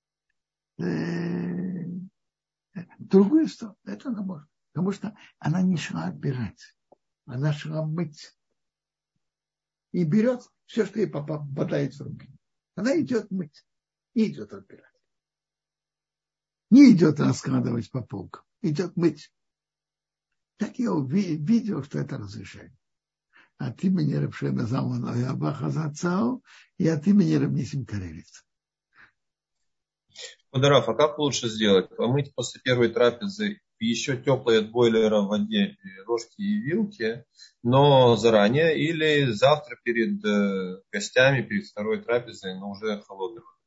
A: другую сторону. Это она может. Потому что она не шла отбирать. Она шла мыть. И берет все, что ей попадает в руки. Она идет мыть. Не идет отбирать. Не идет раскладывать по полкам. Идет мыть. Так я видел, что это разрешает. От имени Рабшена Залмана и Абаха Зацау, и от имени Рабнисим Карелица.
B: Раф, а как лучше сделать? Помыть после первой трапезы еще теплой от бойлера в воде ложки и вилки, но заранее, или завтра перед гостями, перед второй трапезой, но уже холодной водой?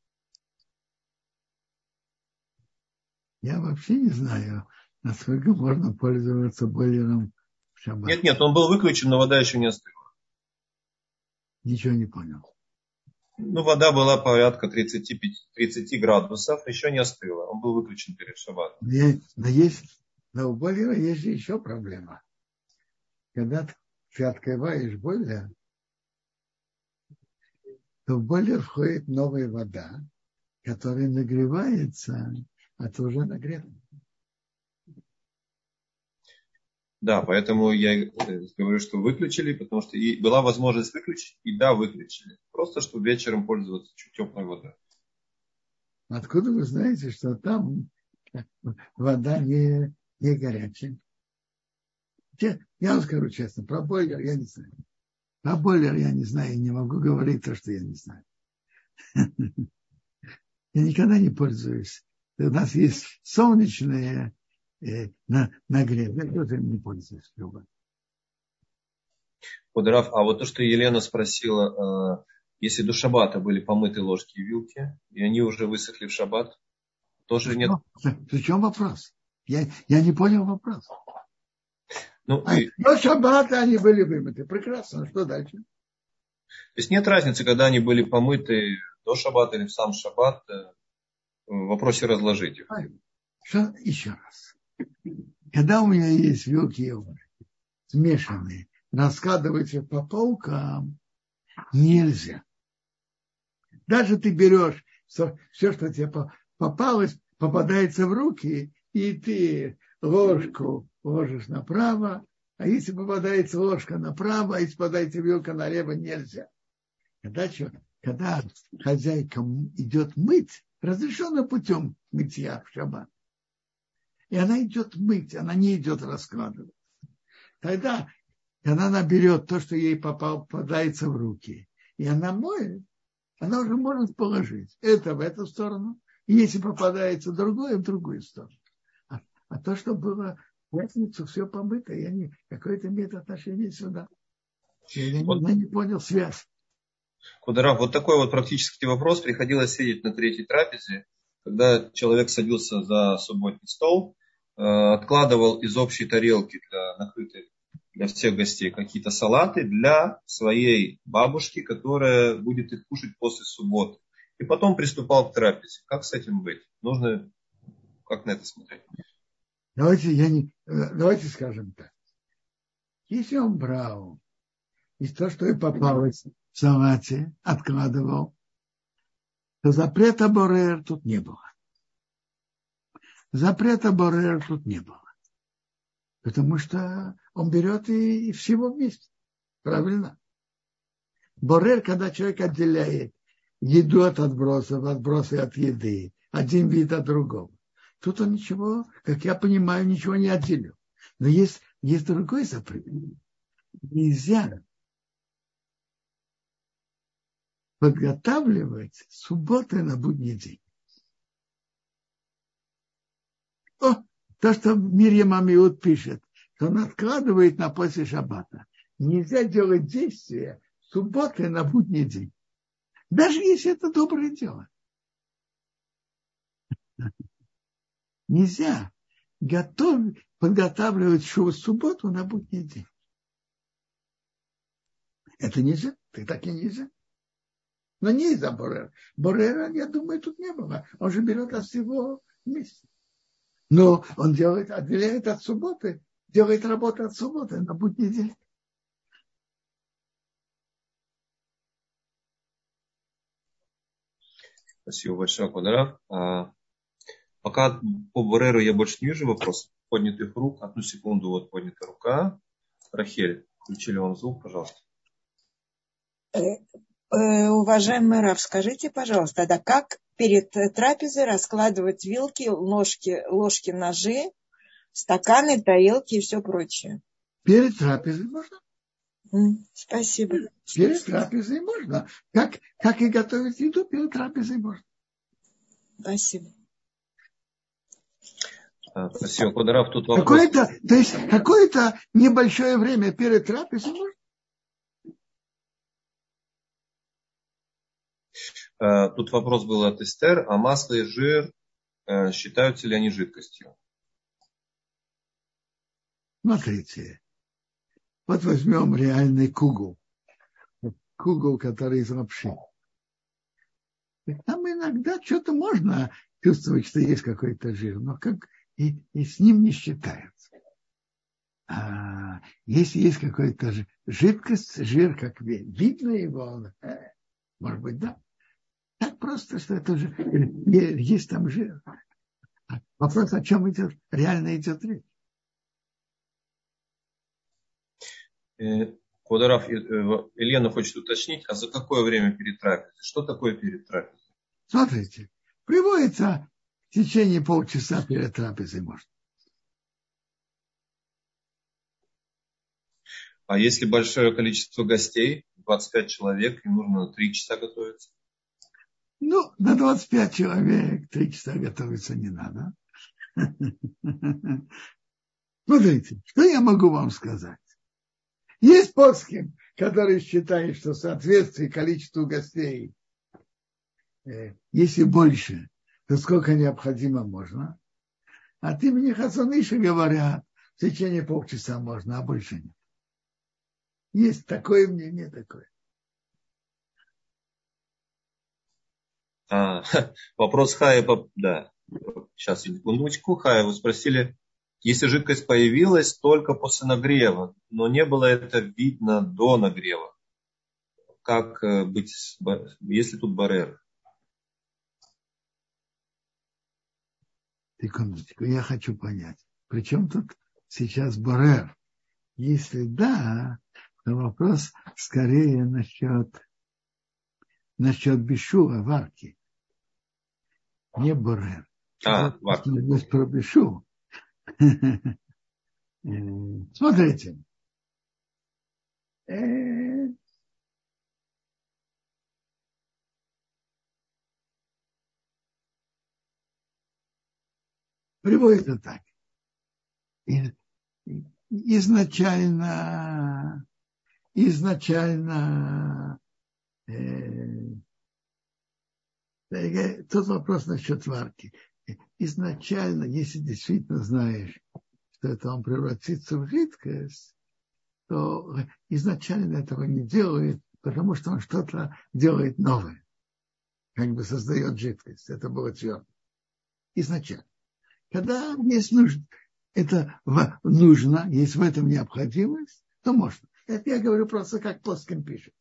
A: Я вообще не знаю, насколько можно пользоваться бойлером в шаббат.
B: Нет, он был выключен, но вода еще не остыла.
A: Ничего не понял.
B: Вода была порядка 30 градусов, еще не остыла. Он был выключен перед шаббатом.
A: Но у бойлера есть же еще проблема. Когда ты открываешь бойлер, то в бойлер входит новая вода, которая нагревается, а то уже нагрето.
B: Да, поэтому я говорю, что выключили, потому что была возможность выключить, и да, выключили. Просто, чтобы вечером пользоваться чуть теплой водой.
A: Откуда вы знаете, что там вода не горячая? Я вам скажу честно, про бойлер я не знаю. Про бойлер я не знаю, и не могу говорить то, что я не знаю. Я никогда не пользуюсь. У нас есть солнечные нагрев. Я тоже им не пользуюсь.
B: Раф, а вот то, что Елена спросила, если до шаббата были помыты ложки и вилки, и они уже высохли в шаббат, тоже нет?
A: В чем вопрос? Я не понял вопрос. До шаббата они были вымыты. Прекрасно. Что дальше?
B: То есть нет разницы, когда они были помыты до шаббата или в сам шаббат, в вопросе разложить их.
A: Еще раз. Когда у меня есть вилки и ложки смешанные, раскладывать их по полкам нельзя. Даже ты берешь все, что тебе попалось, попадается в руки, и ты ложку ложишь направо, а если попадается ложка направо, а если попадается вилка налево, нельзя. Когда хозяйка идет мыть, разрешенным путем мытья в шаббат, и она идет мыть, она не идет раскладывать, тогда, когда она берет то, что ей попадается в руки, и она моет, она уже может положить это в эту сторону, и если попадается другое, в другую сторону. А то, что было в пятницу, все помыто, какое-то имеет отношение сюда. Я не понял связь.
B: Раф, вот такой вот практический вопрос. Приходилось сидеть на третьей трапезе, когда человек садился за субботний стол, откладывал из общей тарелки накрытой для всех гостей какие-то салаты для своей бабушки, которая будет их кушать после субботы. И потом приступал к трапезе. Как с этим быть? Нужно как на это смотреть?
A: Давайте скажем так. Если он брал из того, что и попалось в салате, откладывал, то запрета борер тут не было. Запрета борер тут не было. Потому что он берет и всего вместе. Правильно? Борер, когда человек отделяет еду от отбросов, отбросы от еды, один вид от другого. Тут он ничего, как я понимаю, ничего не отделил. Но есть другой запрет. Нельзя подготавливать субботы на будний день. То, что Мирьям Амиуд пишет, что он откладывает на после шаббата. Нельзя делать действия субботы на будний день. Даже если это доброе дело. Нельзя подготавливать субботу на будний день. Это нельзя. Так и нельзя. Но не из-за Борера. Борера, я думаю, тут не было. Он же берет от всего вместе. Но он отделяет от субботы, делает работу от субботы на будний день.
B: Спасибо большое, Раф. Пока по Бореру я больше не вижу вопросов. Поднятых рук. Одну секунду, вот поднята рука. Рахель, включили вам звук, пожалуйста.
E: Уважаемый Раф, скажите, пожалуйста, да как перед трапезой раскладывать вилки, ложки, ножи, стаканы, тарелки и все прочее?
A: Перед трапезой можно.
E: Спасибо.
A: Перед трапезой можно. Как и готовить еду, перед трапезой можно.
E: Спасибо.
B: Спасибо, Раф. Тут вопрос.
A: Какое-то небольшое время перед трапезой можно.
B: Тут вопрос был от Эстер. А масло и жир, считаются ли они жидкостью?
A: Смотрите. Вот возьмем реальный кугул. Кугул, который из лапши. Там иногда что-то можно чувствовать, что есть какой-то жир, но и с ним не считается. А если есть какая-то жидкость, жир, как видно его, может быть, да. Так просто, что это же есть там жир. Вопрос, о чем реально идет речь.
B: Раф, Елена хочет уточнить, а за какое время перед трапезой? Что такое перед трапезой?
A: Смотрите, приводится в течение полчаса перед трапезой можно.
B: А если большое количество гостей, 25 человек, им нужно 3 часа готовиться?
A: Ну, на 25 человек 3 часа готовиться не надо. Смотрите, что я могу вам сказать. Есть поским, который считает, что в соответствии количеству гостей, если больше, то сколько необходимо можно. От имени Хазон Иша говорят, в течение полчаса можно, а больше нет. Есть такое мнение, такое.
B: Вопрос Хая, да. Сейчас, секундочку. Хая, вы спросили, если жидкость появилась только после нагрева, но не было это видно до нагрева, как быть, если тут барер?
A: Секундочку, я хочу понять. Причем тут сейчас барер? Если да, то вопрос скорее насчет бишура, варки. Не барер.
B: Варки.
A: Про бишу. Смотрите. Приводится так. Изначально тот вопрос насчет варки. Изначально, если действительно знаешь, что это он превратится в жидкость, то изначально этого не делает, потому что он что-то делает новое. Как бы создает жидкость. Это было твердо. Изначально. Когда есть нужда, это нужно, есть в этом необходимость, то можно. Это я говорю просто как Поским пишет.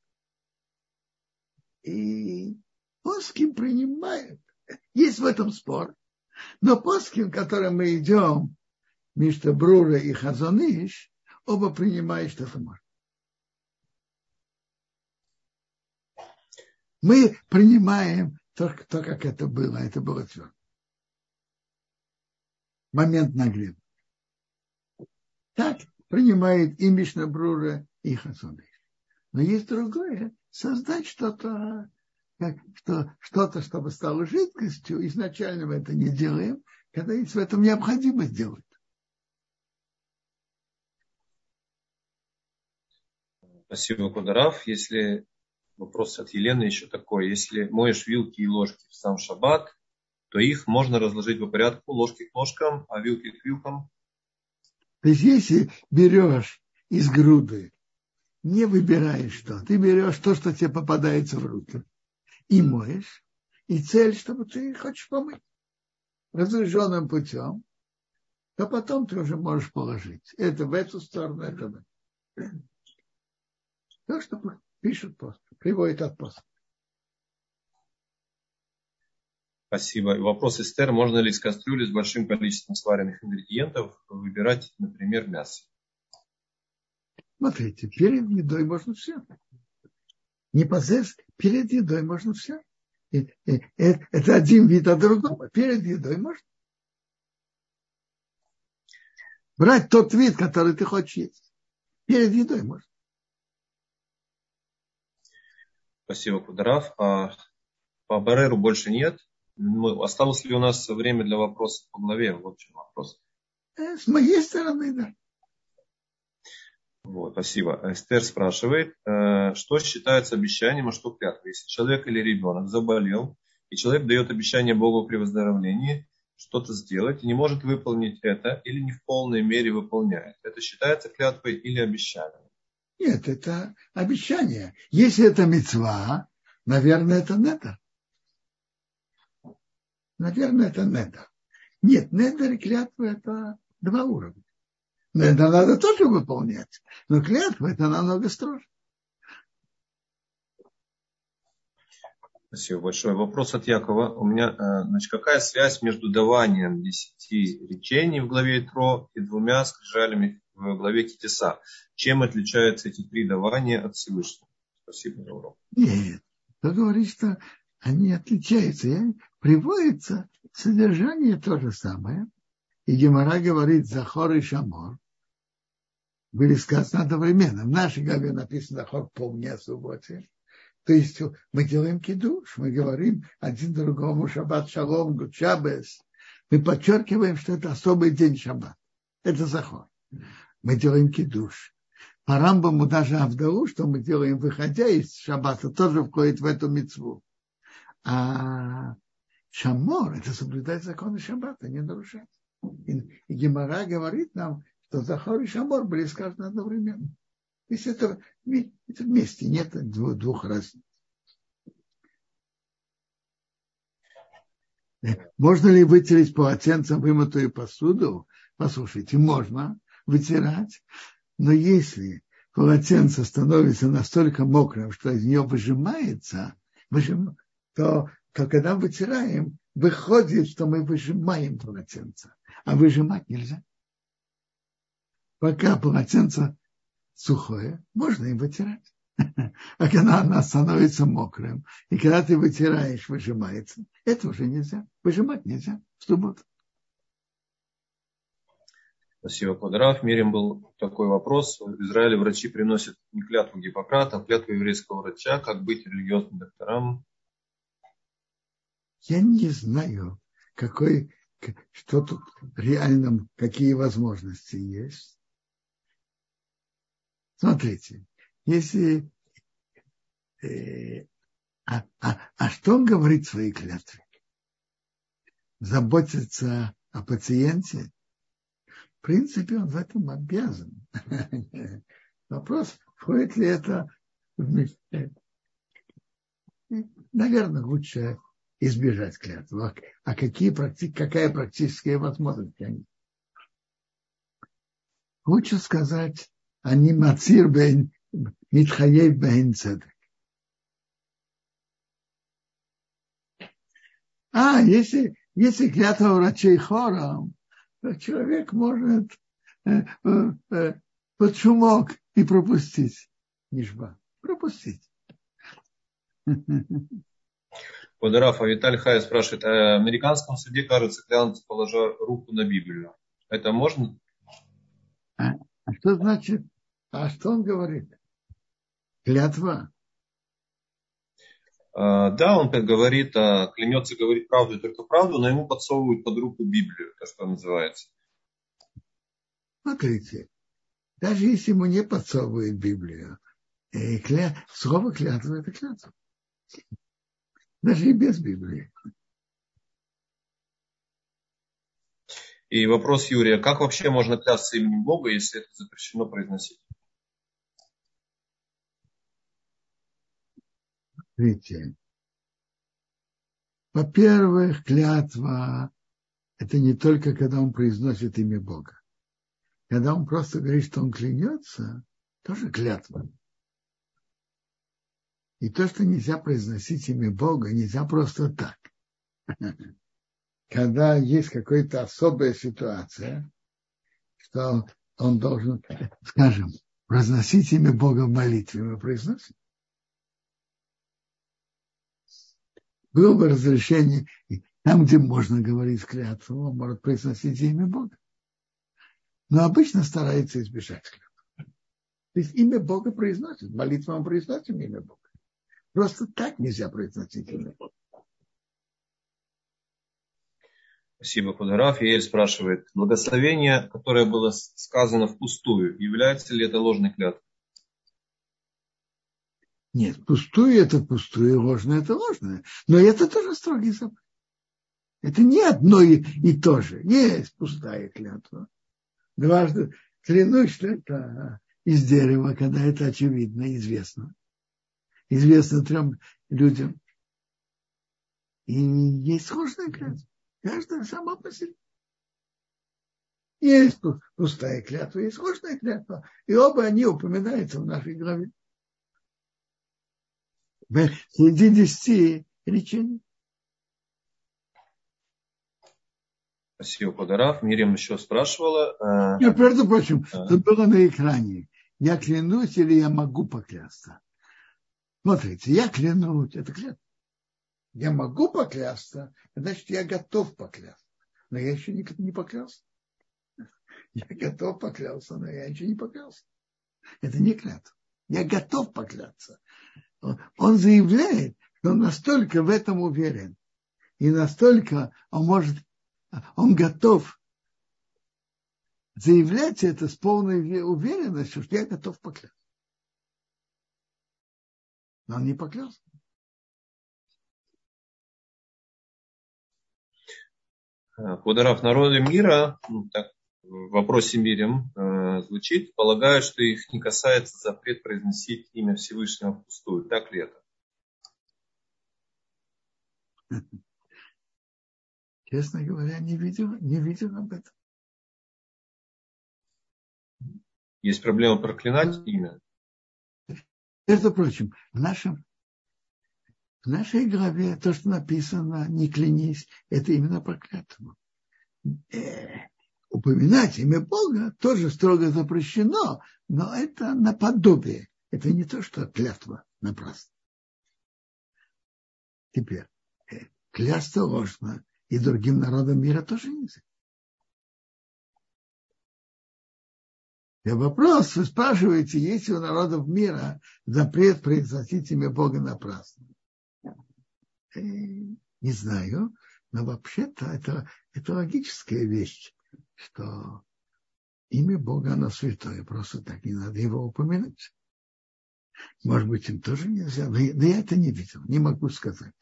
A: И Поским принимает. Есть в этом спор. Но Поским, к которым мы идем, Мишна Брура и Хазон Иш, оба принимают, что это можно. Мы принимаем то, как это было. Это было твердо. Момент нагрева. Так принимает и Мишна Брура, и Хазон Иш. Но есть другое. Создать что-то, чтобы стало жидкостью. Изначально мы это не делаем, когда есть в этом необходимость делать.
B: Спасибо, Кударав. Если вопрос от Елены еще такой. Если моешь вилки и ложки в сам шаббат, то их можно разложить по порядку, ложки к ложкам, а вилки к вилкам.
A: То есть, если берешь из груды, не выбираешь что, ты берешь то, что тебе попадается в руки, и моешь, и цель, чтобы ты хочешь помыть разрешенным путем, то потом ты уже можешь положить. Это в эту сторону, это в эту. То, что пишут пост, приводит от поста.
B: Спасибо. Вопрос Эстер. Можно ли из кастрюли с большим количеством сваренных ингредиентов выбирать, например, мясо?
A: Смотрите, перед едой можно все. Непосредственно перед едой можно все. Это один вид от другого. Перед едой можно. Брать тот вид, который ты хочешь есть. Перед едой можно.
B: Спасибо, Кударав. По бареру больше нет. Осталось ли у нас время для вопросов по главе? В общем, вопрос.
A: С моей стороны, да.
B: Вот, спасибо. Эстер спрашивает, что считается обещанием, а что клятвой? Если человек или ребенок заболел, и человек дает обещание Богу при выздоровлении что-то сделать, и не может выполнить это, или не в полной мере выполняет, это считается клятвой или обещанием?
A: Нет, это обещание. Если это мицва, наверное, это недер. Наверное, это недер. Нет, недер и клятва – это два уровня. Это надо тоже выполнять. Но клятва – это намного строже.
B: Спасибо большое. Вопрос от Якова. У меня, значит, какая связь между даванием 10 речений в главе Итро и 2 скрижалями в главе Китеса? Чем отличаются эти 3 давания от Всевышнего? Спасибо за урок.
A: Нет, кто говорит, что они отличаются. Приводится содержание то же самое. И Гемара говорит Захор и Шамор. были сказаны одновременно. В нашей главе написано «Хор помни о субботе». То есть мы делаем кидуш, мы говорим один другому шаббат шалом, гуд шаббес. Мы подчеркиваем, что это особый день шаббат. Это захор. Мы делаем кидуш. По Рамбаму даже Авдалу, что мы делаем, выходя из шаббата, тоже входит в эту мицву. А шамор – это соблюдать законы шаббата, не нарушать. И Гемара говорит нам, что захор и шамор были сказаны одновременно. То есть это вместе, нет двух разниц. Можно ли вытереть полотенцем вымытую посуду? Послушайте, можно вытирать, но если полотенце становится настолько мокрым, что из нее выжимается, то когда вытираем, выходит, что мы выжимаем полотенце. А выжимать нельзя. Пока полотенце сухое, можно им вытирать. А когда оно становится мокрым, и когда ты вытираешь, выжимается, это уже нельзя. Выжимать нельзя в субботу.
B: Спасибо, Квадрав. Мирим был такой вопрос. В Израиле врачи приносят не клятву Гиппократа, а клятву еврейского врача. Как быть религиозным докторам?
A: Я не знаю, что тут реально, какие возможности есть. Смотрите, если... что он говорит в своей клятве? Заботиться о пациенте? В принципе, он в этом обязан. Вопрос, входит ли это... Наверное, лучше избежать клятвы. А какая практическая возможность? Лучше сказать, они мацир бен митхаев бен цедек. Если клятва врачей хором, то человек может под шумок и пропустить нишба. Пропустить.
B: Квадрав, а Виталий Хай спрашивает, в американском суде, кажется, клянутся, положа руку на Библию. Это можно?
A: А что значит? А что он говорит? Клятва?
B: Да, он говорит, клянется говорить правду и только правду, но ему подсовывают под руку Библию, то, что называется.
A: Смотрите, даже если ему не подсовывают Библию, слово клятва – это клятва. Даже и без Библии.
B: И вопрос Юрия, как вообще можно клясться именем Бога, если это запрещено произносить?
A: Видите, во-первых, клятва – это не только когда он произносит имя Бога. Когда он просто говорит, что он клянется, тоже клятва. И то, что нельзя произносить имя Бога, нельзя просто так. Когда есть какая-то особая ситуация, что он должен, скажем, произносить имя Бога в молитве, мы произносим. Было бы разрешение, там, где можно говорить клятву, он может произносить имя Бога. Но обычно старается избежать клятвы. То есть имя Бога произносит, молитву мы произносим имя Бога. Просто так нельзя произносить имя Бога.
B: Спасибо, Кударав. Иель спрашивает, благословение, которое было сказано впустую, является ли это ложной клятвой?
A: Нет, пустую это пустую, ложное это ложное. Но это тоже строгий запрет. Это не одно и то же. Есть пустая клятва. Дважды клянусь, что это из дерева, когда это очевидно, известно. Известно 3 людям. И есть ложная клятва. Каждая сама по себе. Есть пустая клятва, есть ложная клятва. И оба они упоминаются в нашей главе. Среди 10 речений.
B: Спасибо, Кударав. Мирим еще спрашивала.
A: Нет, между прочим, тут было на экране. Я клянусь или я могу поклясться? Смотрите, я клянусь, это клятва. Я могу поклясться, значит, я готов поклясться. Но я еще не поклялся. Я готов поклясться, но я ничего не поклялся. Это не клятва. Я готов поклясться. Он заявляет, что он настолько в этом уверен. И настолько он готов заявлять это с полной уверенностью, что я готов поклясться. Но он не поклялся.
B: Квадрат народы мира, так, в вопросе Мирим звучит, полагают, что их не касается запрет произносить имя Всевышнего впустую. Так ли это?
A: Честно говоря, не видел об этом.
B: Есть проблема проклинать имя?
A: Между прочим, в нашей главе то, что написано «не клянись», это именно про клятву. Упоминать имя Бога тоже строго запрещено, но это наподобие. Это не то, что клятва напрасно. Теперь, клясться ложно, и другим народам мира тоже нельзя. И вопрос, вы спрашиваете, есть ли у народов мира запрет произносить имя Бога напрасно? Не знаю, но вообще-то это логическая вещь, что имя Бога, оно святое, просто так не надо его упоминать. Может быть, им тоже нельзя, но я это не видел, не могу сказать.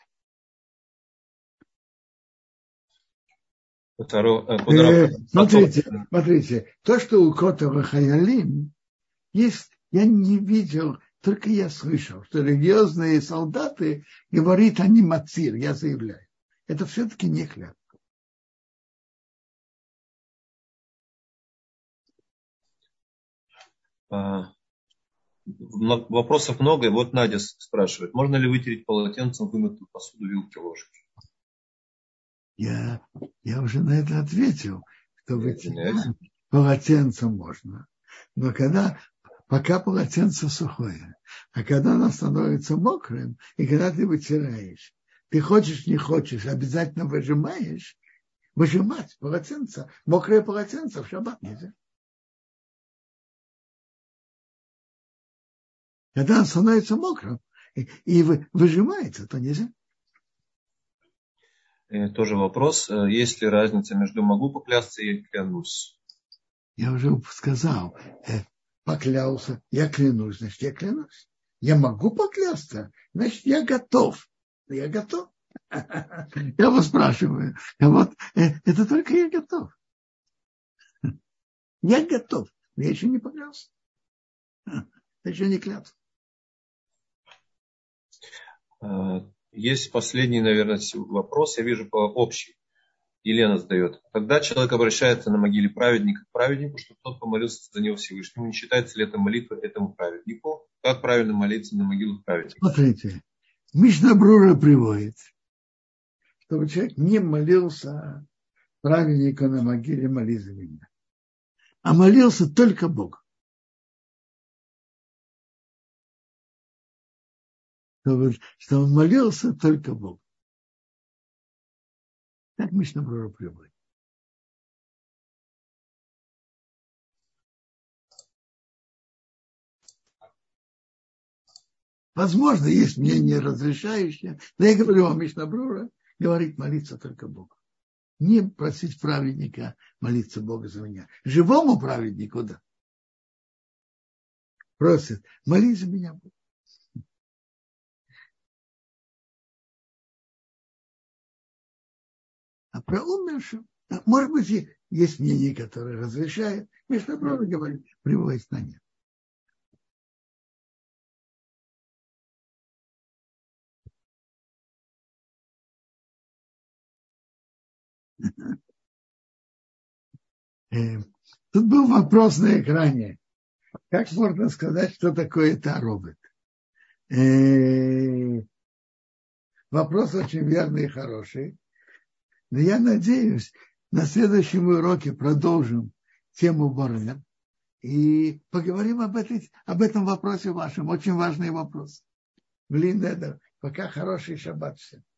A: Смотрите, то, что у Котова Хаялим есть, я не видел, только я слышал, что религиозные солдаты говорят, они мацир, я заявляю. Это все-таки не клятва.
B: Вопросов много, и вот Надя спрашивает, можно ли вытереть полотенцем вымытую посуду, вилки, ложки?
A: Я уже на это ответил, что вытирать полотенцем можно. Но пока полотенце сухое, а когда оно становится мокрым, и когда ты вытираешь, ты хочешь, не хочешь, обязательно выжимать полотенце, мокрое полотенце в шаббат нельзя. Когда оно становится мокрым и выжимается, то нельзя.
B: Тоже вопрос. Есть ли разница между могу поклясться и клянусь?
A: Я уже сказал, поклялся, я клянусь, значит, я клянусь. Я могу поклясться, значит, я готов. Я готов. Я вас спрашиваю, это только я готов. Я готов, я еще не поклялся. Это еще не клялся.
B: Есть последний, наверное, вопрос, я вижу по общей. Елена задает. Когда человек обращается на могиле праведника к праведнику, чтобы тот помолился за него Всевышнему, не считается ли это молитва этому праведнику? Как правильно молиться на могилу праведника?
A: Смотрите, Мишна Брура приводит, чтобы человек не молился праведнику на могиле, моли за меня, а молился только Богу. Что он молился только Богу. Так Мишна Брура приводит. Возможно, есть мнение разрешающее, но я говорю вам, Мишна Брура говорит молиться только Богу. Не просить праведника молиться Богу за меня. Живому праведнику, да. Просит, молись за меня, Бог. А про умершего, может быть, есть мнение, которое разрешает. Мишна Брура говорит, приводит на нет. Тут был вопрос на экране. Как можно сказать, что такое таробет? Вопрос очень верный и хороший. Но я надеюсь, на следующем уроке продолжим тему Борнер и поговорим об этом вопросе вашем. Очень важный вопрос. Блин, это пока хороший шаббат всем.